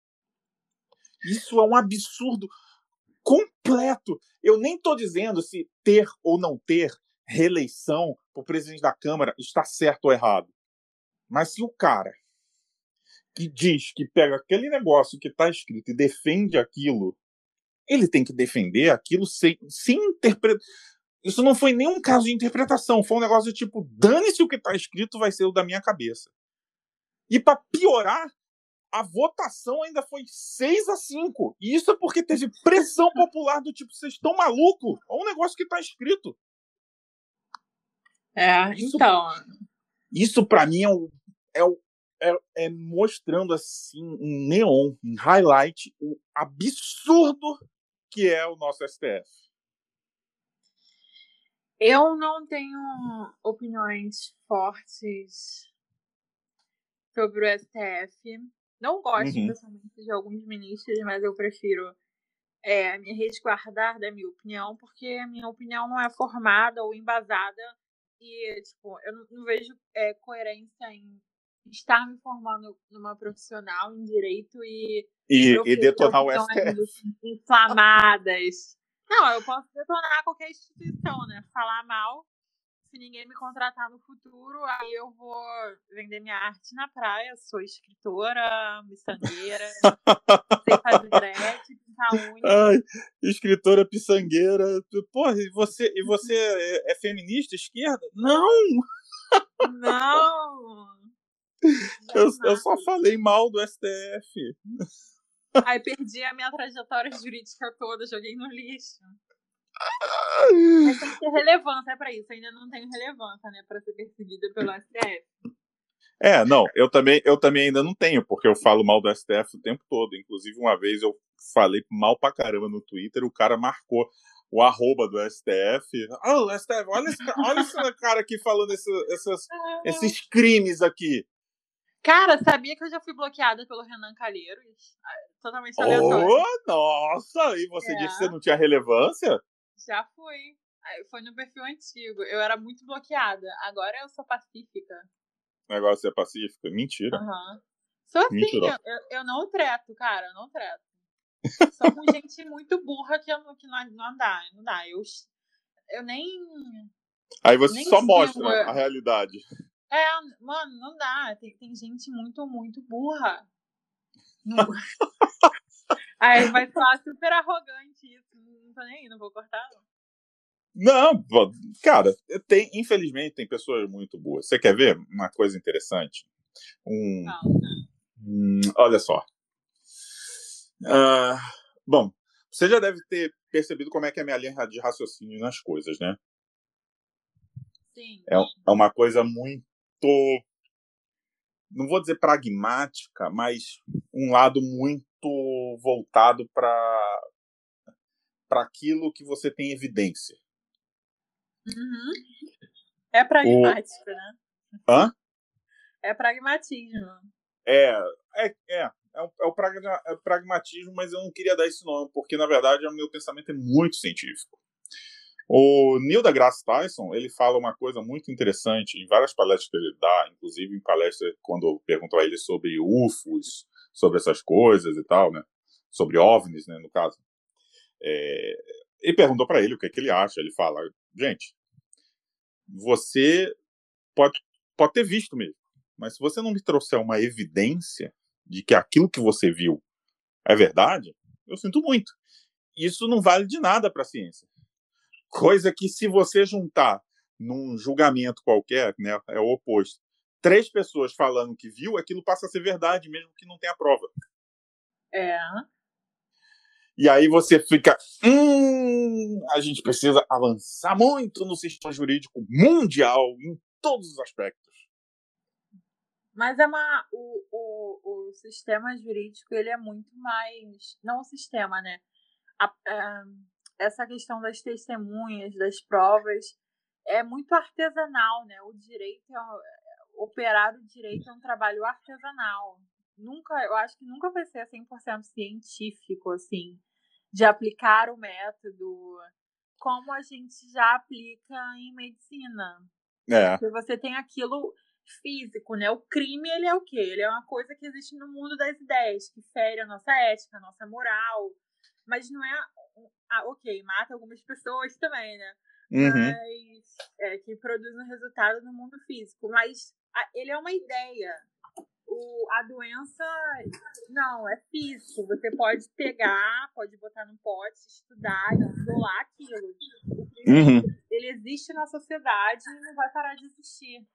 Isso é um absurdo completo. Eu nem estou dizendo se ter ou não ter reeleição para o presidente da Câmara está certo ou errado. Mas se o cara que diz que pega aquele negócio que está escrito e defende aquilo, ele tem que defender aquilo sem, sem interpretar. Isso não foi nenhum caso de interpretação. Foi um negócio de tipo, dane-se o que está escrito, vai ser o da minha cabeça. E para piorar, a votação ainda foi seis a cinco. E isso é porque teve pressão popular do tipo, vocês estão malucos? Olha um negócio que está escrito. É, isso, então... Isso para mim é, o, é, o, é, é mostrando assim, em neon, em highlight, o absurdo que é o nosso S T F. Eu não tenho opiniões fortes sobre o S T F. Não gosto, uhum. pessoalmente, de alguns ministros, mas eu prefiro é, me resguardar da minha opinião, porque a minha opinião não é formada ou embasada e, tipo, eu não, não vejo é, coerência em estar me formando numa profissional em direito e... E, e detonar o S T F. Inflamadas. Não, eu posso detonar qualquer instituição, né? Falar mal. Se ninguém me contratar no futuro, aí eu vou vender minha arte na praia. Sou escritora, miçangueira, sei fazer dread, pintar unha. Ai, escritora piçangueira. Porra, e você, e você é, é feminista, esquerda? Não! Não! Eu, eu só falei mal do S T F. Aí perdi a minha trajetória jurídica toda, joguei no lixo. Mas tem que ter relevância pra isso. Ainda não tenho relevância, né? Pra ser perseguida pelo S T F. É, não, eu também, eu também ainda não tenho, porque eu falo mal do S T F o tempo todo. Inclusive, uma vez eu falei mal pra caramba no Twitter, o cara marcou o arroba do S T F. Ah, oh, S T F, olha esse, olha esse cara aqui falando esse, esses, esses crimes aqui. Cara, sabia que eu já fui bloqueada pelo Renan Calheiros? Totalmente aleatório. Oh, nossa! E você é. disse que você não tinha relevância? Já fui. Foi no perfil antigo. Eu era muito bloqueada. Agora eu sou pacífica. O negócio é pacífica? Mentira. Uhum. Sou assim, eu, eu, eu não treto, cara. Eu não treto. Só com gente muito burra que, eu, que não, não dá. Não dá. Eu, eu nem... Aí você nem só sigo. Mostra a realidade. É, mano, não dá. Tem, tem gente muito, muito burra. Não... Aí vai falar super arrogante isso. Não tô nem aí, não vou cortar, não. Não, cara, tem, infelizmente tem pessoas muito boas. Você quer ver uma coisa interessante? Um, um, olha só. Uh, bom, você já deve ter percebido como é que é a minha linha de raciocínio nas coisas, né? Sim. É, é uma coisa muito, não vou dizer pragmática, mas um lado muito voltado para para aquilo que você tem evidência. Uhum. É pragmático, o... né? Hã? É pragmatismo. É, é, é. É o, é, o pragma, é o pragmatismo, mas eu não queria dar esse nome, porque, na verdade, o meu pensamento é muito científico. O Neil deGrasse Tyson, ele fala uma coisa muito interessante em várias palestras que ele dá, inclusive em palestras quando perguntam a ele sobre U F Os, sobre essas coisas e tal, né? Sobre OVNIs, né, no caso. É, ele perguntou para ele o que, é que ele acha. Ele fala, gente, você pode, pode ter visto mesmo, mas se você não me trouxer uma evidência de que aquilo que você viu é verdade, eu sinto muito. Isso não vale de nada para a ciência. Coisa que, se você juntar num julgamento qualquer, né, é o oposto. Três pessoas falando que viu, aquilo passa a ser verdade, mesmo que não tenha prova. É. E aí você fica, hum, a gente precisa avançar muito no sistema jurídico mundial, em todos os aspectos. Mas é uma, o, o, o sistema jurídico, ele é muito mais, não o sistema, né? A, a, essa questão das testemunhas, das provas, é muito artesanal, né? O direito, é, operar o direito é um trabalho artesanal. Nunca, eu acho que nunca vai ser cem por cento científico, assim, de aplicar o método como a gente já aplica em medicina. É. Porque você tem aquilo físico, né? O crime, ele é o quê? Ele é uma coisa que existe no mundo das ideias, que fere a nossa ética, a nossa moral, mas não é... Ah, ok, mata algumas pessoas também, né? Uhum. Mas é, que produz um resultado no mundo físico. Mas a, ele é uma ideia. O, a doença, não, é físico. Você pode pegar, pode botar num pote, estudar e isolar aquilo. O crime, Uhum. ele existe na sociedade e não vai parar de existir.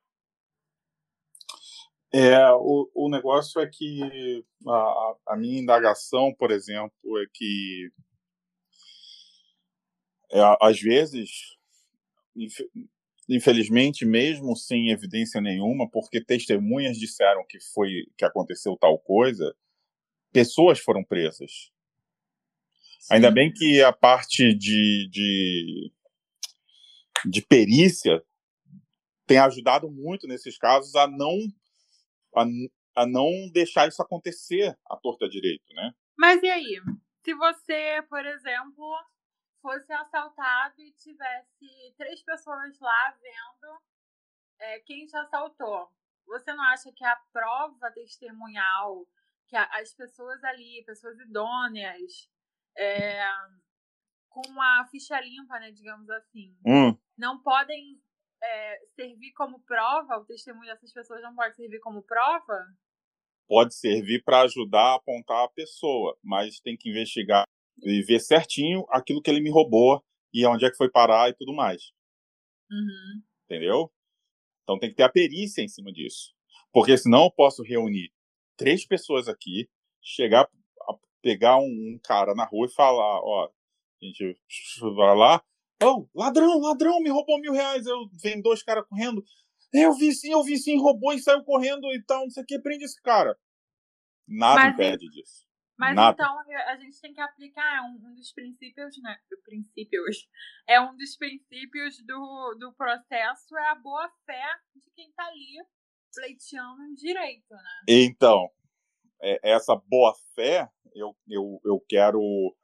É, o, o negócio é que a, a minha indagação, por exemplo, é que é, às vezes, infelizmente, mesmo sem evidência nenhuma, porque testemunhas disseram que foi que aconteceu tal coisa, pessoas foram presas. Sim. Ainda bem que a parte de, de, de perícia tem ajudado muito nesses casos a não a, a não deixar isso acontecer à torta direito, né? Mas e aí? Se você, por exemplo, fosse assaltado e tivesse três pessoas lá vendo é, quem te assaltou, você não acha que a prova testemunhal, que a, as pessoas ali, pessoas idôneas, é, com a ficha limpa, né, digamos assim, hum. não podem é, servir como prova? O testemunho dessas pessoas não pode servir como prova? Pode servir para ajudar a apontar a pessoa, mas tem que investigar e ver certinho aquilo que ele me roubou e onde é que foi parar e tudo mais. Uhum. Entendeu? Então tem que ter a perícia em cima disso. Porque senão eu posso reunir três pessoas aqui, chegar a pegar um, um cara na rua e falar, ó, a gente vai lá, oh, ladrão, ladrão, me roubou mil reais. Eu vem dois caras correndo. Eu vi sim, eu vi sim, roubou e saiu correndo e tal, não sei o que, prende esse cara. Nada mas, impede disso. Mas Nada. Então a gente tem que aplicar um, um dos princípios, né? Do princípios. É um dos princípios do, do processo, é a boa-fé de quem está ali pleiteando um direito, né? Então, é, essa boa-fé, eu, eu, eu quero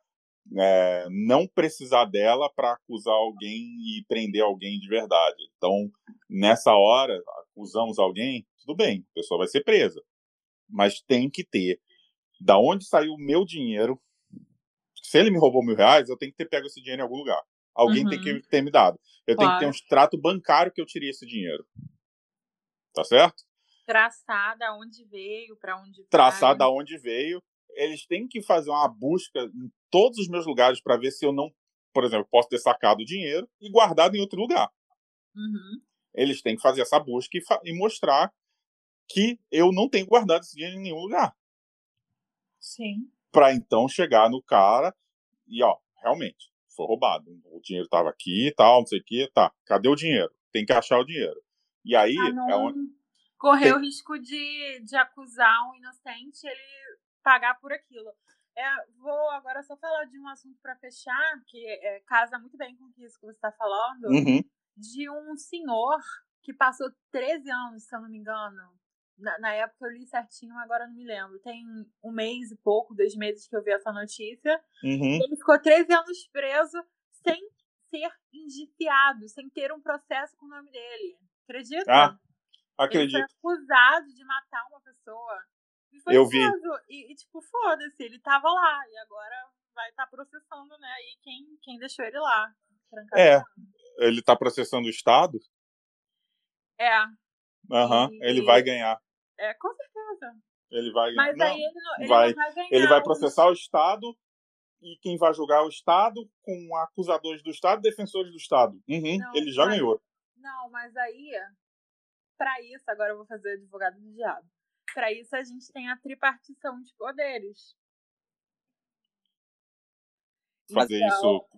é, não precisar dela para acusar alguém e prender alguém de verdade. Então, nessa hora, acusamos alguém, tudo bem, a pessoa vai ser presa. Mas tem que ter da onde saiu o meu dinheiro. Se ele me roubou mil reais, eu tenho que ter pego esse dinheiro em algum lugar. Alguém uhum. tem que ter me dado. Eu claro. tenho que ter um extrato bancário que eu tirei esse dinheiro. Tá certo? Traçar da onde veio, para onde vai. Traçar da onde veio. Eles têm que fazer uma busca em todos os meus lugares para ver se eu não, por exemplo, posso ter sacado o dinheiro e guardado em outro lugar. Uhum. Eles têm que fazer essa busca e, e mostrar que eu não tenho guardado esse dinheiro em nenhum lugar. Sim. Para então chegar no cara e ó, realmente, foi roubado. O dinheiro tava aqui e tal, não sei o que, tá. Cadê o dinheiro? Tem que achar o dinheiro. E aí, Pra não é onde... correr Tem- o risco de, de acusar um inocente e ele pagar por aquilo. É, vou agora só falar de um assunto para fechar, que é, casa muito bem com isso que você está falando, Uhum. de um senhor que passou treze anos, se eu não me engano. Na, na época eu li certinho, agora não me lembro. Tem um mês e pouco, dois meses que eu vi essa notícia. Uhum. E ele ficou treze anos preso sem ser indiciado, sem ter um processo com o nome dele. Acredita? Ah, Ele foi acredito. acusado de matar uma pessoa e foi Eu vi. preso. E, e tipo, foda-se, ele tava lá. E agora vai estar tá processando, né? E quem, quem deixou ele lá. É, ele tá processando o Estado. É. Aham, E, ele vai ganhar. É, com certeza. Ele vai ganhar. Mas Não, aí ele não, ele vai. não vai ganhar. Ele vai processar o Estado e quem vai julgar é o Estado com acusadores do Estado e defensores do Estado. Uhum, Não, ele já mas, ganhou. Não, mas aí, pra isso, agora eu vou fazer advogado do diabo. Pra isso a gente tem a tripartição de poderes. Fazer então, isso.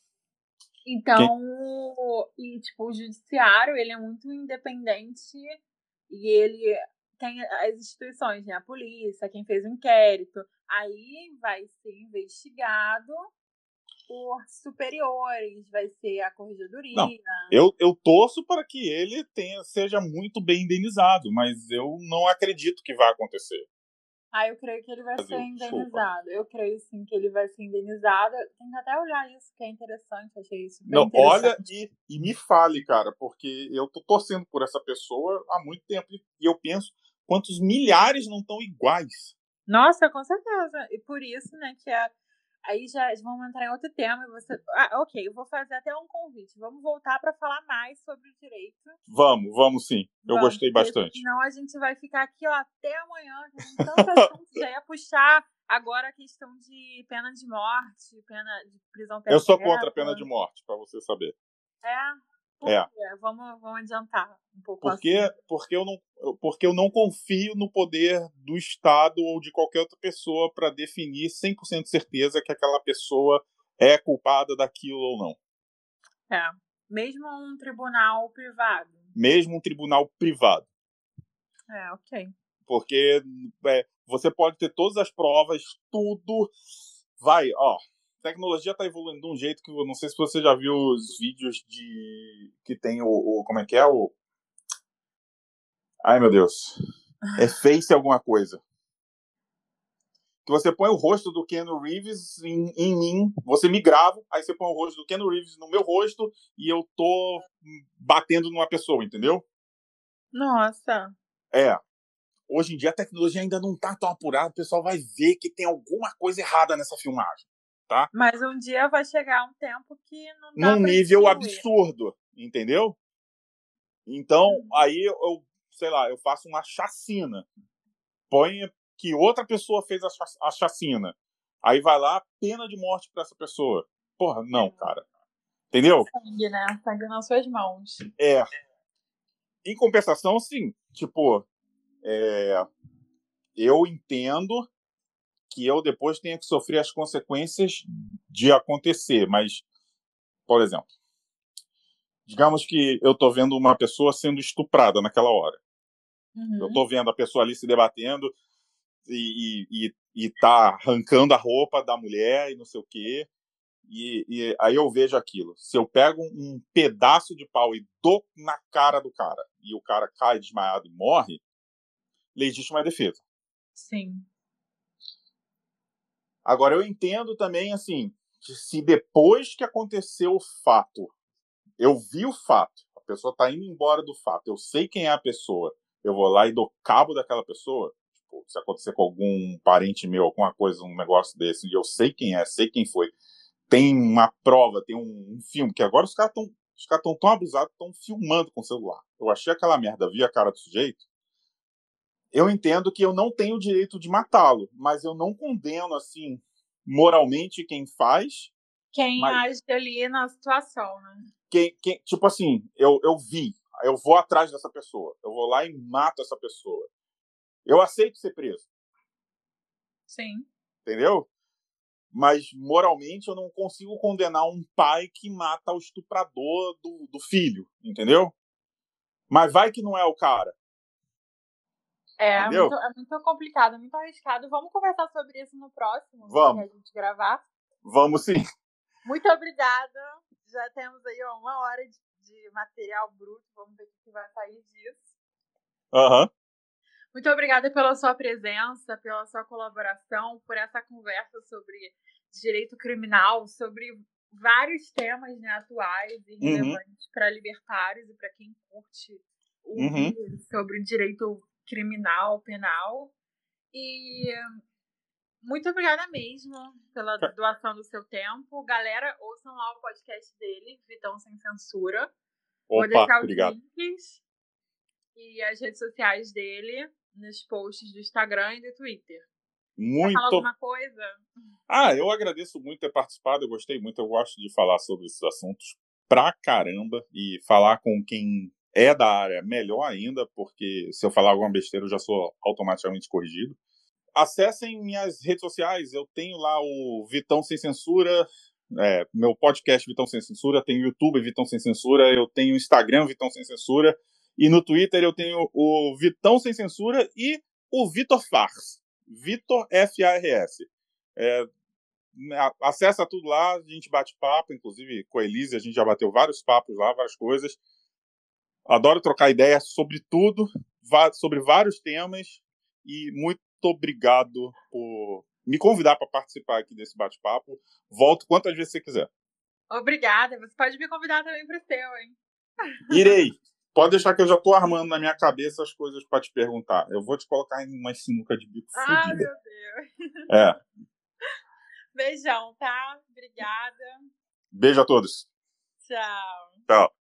Então, e tipo, o judiciário, ele é muito independente e ele tem as instituições, né? A polícia, quem fez o inquérito. Aí vai ser investigado por superiores, vai ser a corregedoria. Não, eu, eu torço para que ele tenha, seja muito bem indenizado, mas eu não acredito que vai acontecer. Ah, eu creio que ele vai Brasil, ser indenizado. desculpa. Eu creio sim que ele vai ser indenizado. Tem que até olhar isso, que é interessante. Achei isso bem Não, interessante. olha e, e me fale, cara, porque eu tô torcendo por essa pessoa há muito tempo e eu penso quantos milhares não estão iguais. Nossa, com certeza. E por isso, né, que a... aí já vamos entrar em outro tema. E você... Ah, ok, eu vou fazer até um convite. Vamos voltar para falar mais sobre o direito. Vamos, vamos sim. Eu Vamos, gostei bastante. Senão a gente vai ficar aqui ó, até amanhã. Tem tanto assunto. Já ia puxar agora a questão de pena de morte, pena de prisão perpétua. Eu sou contra a pena de morte, para você saber. É? Por é. quê? Vamos, vamos adiantar um pouco porque, assim. porque, eu não, porque eu não confio no poder do Estado ou de qualquer outra pessoa para definir cem por cento de certeza que aquela pessoa é culpada daquilo ou não. É. Mesmo um tribunal privado. Mesmo um tribunal privado. É, ok. Porque é, você pode ter todas as provas, tudo. Vai, ó. A tecnologia está evoluindo de um jeito que eu não sei se você já viu os vídeos de que tem o, o como é que é o ai meu Deus, é Face alguma coisa, que você põe o rosto do Keanu Reeves em, em mim, você me grava, aí você põe o rosto do Keanu Reeves no meu rosto e eu tô batendo numa pessoa, entendeu? Nossa. É. Hoje em dia a tecnologia ainda não tá tão apurada, o pessoal vai ver que tem alguma coisa errada nessa filmagem, tá? Mas um dia vai chegar um tempo que não dá num pra nível distinguir. absurdo, entendeu? Então, aí eu, sei lá, eu faço uma chacina. Põe que outra pessoa fez a chacina. Aí vai lá, pena de morte pra essa pessoa. Porra, não, é. cara. Entendeu? Sangue, né? Sangue nas suas mãos. É. Em compensação, sim. Tipo, é... eu entendo que eu depois tenha que sofrer as consequências de acontecer, mas, por exemplo, digamos que eu tô vendo uma pessoa sendo estuprada naquela hora. Uhum. Eu tô vendo a pessoa ali se debatendo e, e, e tá arrancando a roupa da mulher e não sei o quê. E, e aí eu vejo aquilo. Se eu pego um pedaço de pau e dou na cara do cara e o cara cai desmaiado e morre, legítima defesa. Sim. Agora, eu entendo também, assim, que se depois que aconteceu o fato, eu vi o fato, a pessoa tá indo embora do fato, eu sei quem é a pessoa, eu vou lá e dou cabo daquela pessoa, tipo, se acontecer com algum parente meu, alguma coisa, um negócio desse, e eu sei quem é, sei quem foi, tem uma prova, tem um, um filme, que agora os caras estão os caras estão tão abusados, estão filmando com o celular. Eu achei aquela merda, vi a cara do sujeito. Eu entendo que eu não tenho o direito de matá-lo, mas eu não condeno, assim, moralmente quem faz. Quem mas... age ali na situação, né? Quem, quem, tipo assim, eu, eu vi, eu vou atrás dessa pessoa, eu vou lá e mato essa pessoa. Eu aceito ser preso. Sim. Entendeu? mas moralmente eu não consigo condenar um pai que mata o estuprador do, do filho, entendeu? Mas vai que não é o cara. É, é muito, é muito complicado, é muito arriscado. Vamos conversar sobre isso no próximo, Vamos. que a gente gravar. Vamos sim. Muito obrigada. Já temos aí ó, uma hora de, de material bruto. Vamos ver o que vai sair disso. Aham. Uhum. Muito obrigada pela sua presença, pela sua colaboração, por essa conversa sobre direito criminal, sobre vários temas, né, atuais e relevantes uhum. para libertários e para quem curte ouvir uhum. sobre direito criminal, penal. E muito obrigada mesmo pela doação do seu tempo. Galera, ouçam lá o podcast dele, Vitão Sem Censura. Opa, Vou deixar os obrigado. links e as redes sociais dele nos posts do Instagram e do Twitter. Muito... Quer falar alguma coisa? Ah, eu agradeço muito ter participado, eu gostei muito, eu gosto de falar sobre esses assuntos pra caramba e falar com quem é da área melhor ainda, porque se eu falar alguma besteira eu já sou automaticamente corrigido. Acessem minhas redes sociais, eu tenho lá o Vitão Sem Censura, é, meu podcast Vitão Sem Censura, tenho o YouTube Vitão Sem Censura, eu tenho o Instagram Vitão Sem Censura, e no Twitter eu tenho o Vitão Sem Censura e o Vitor Fars, Vitor F A R S. É, acessa tudo lá, a gente bate papo, inclusive com a Elise, a gente já bateu vários papos lá, várias coisas. Adoro trocar ideias sobre tudo, sobre vários temas, e muito obrigado por me convidar para participar aqui desse bate-papo. Volto quantas vezes você quiser. Obrigada. Você pode me convidar também para o seu, hein? Irei. Pode deixar que eu já estou armando na minha cabeça as coisas para te perguntar. Eu vou te colocar em uma sinuca de bico ah, fodida. Meu Deus. É. Beijão, tá? Obrigada. Beijo a todos. Tchau. Tchau.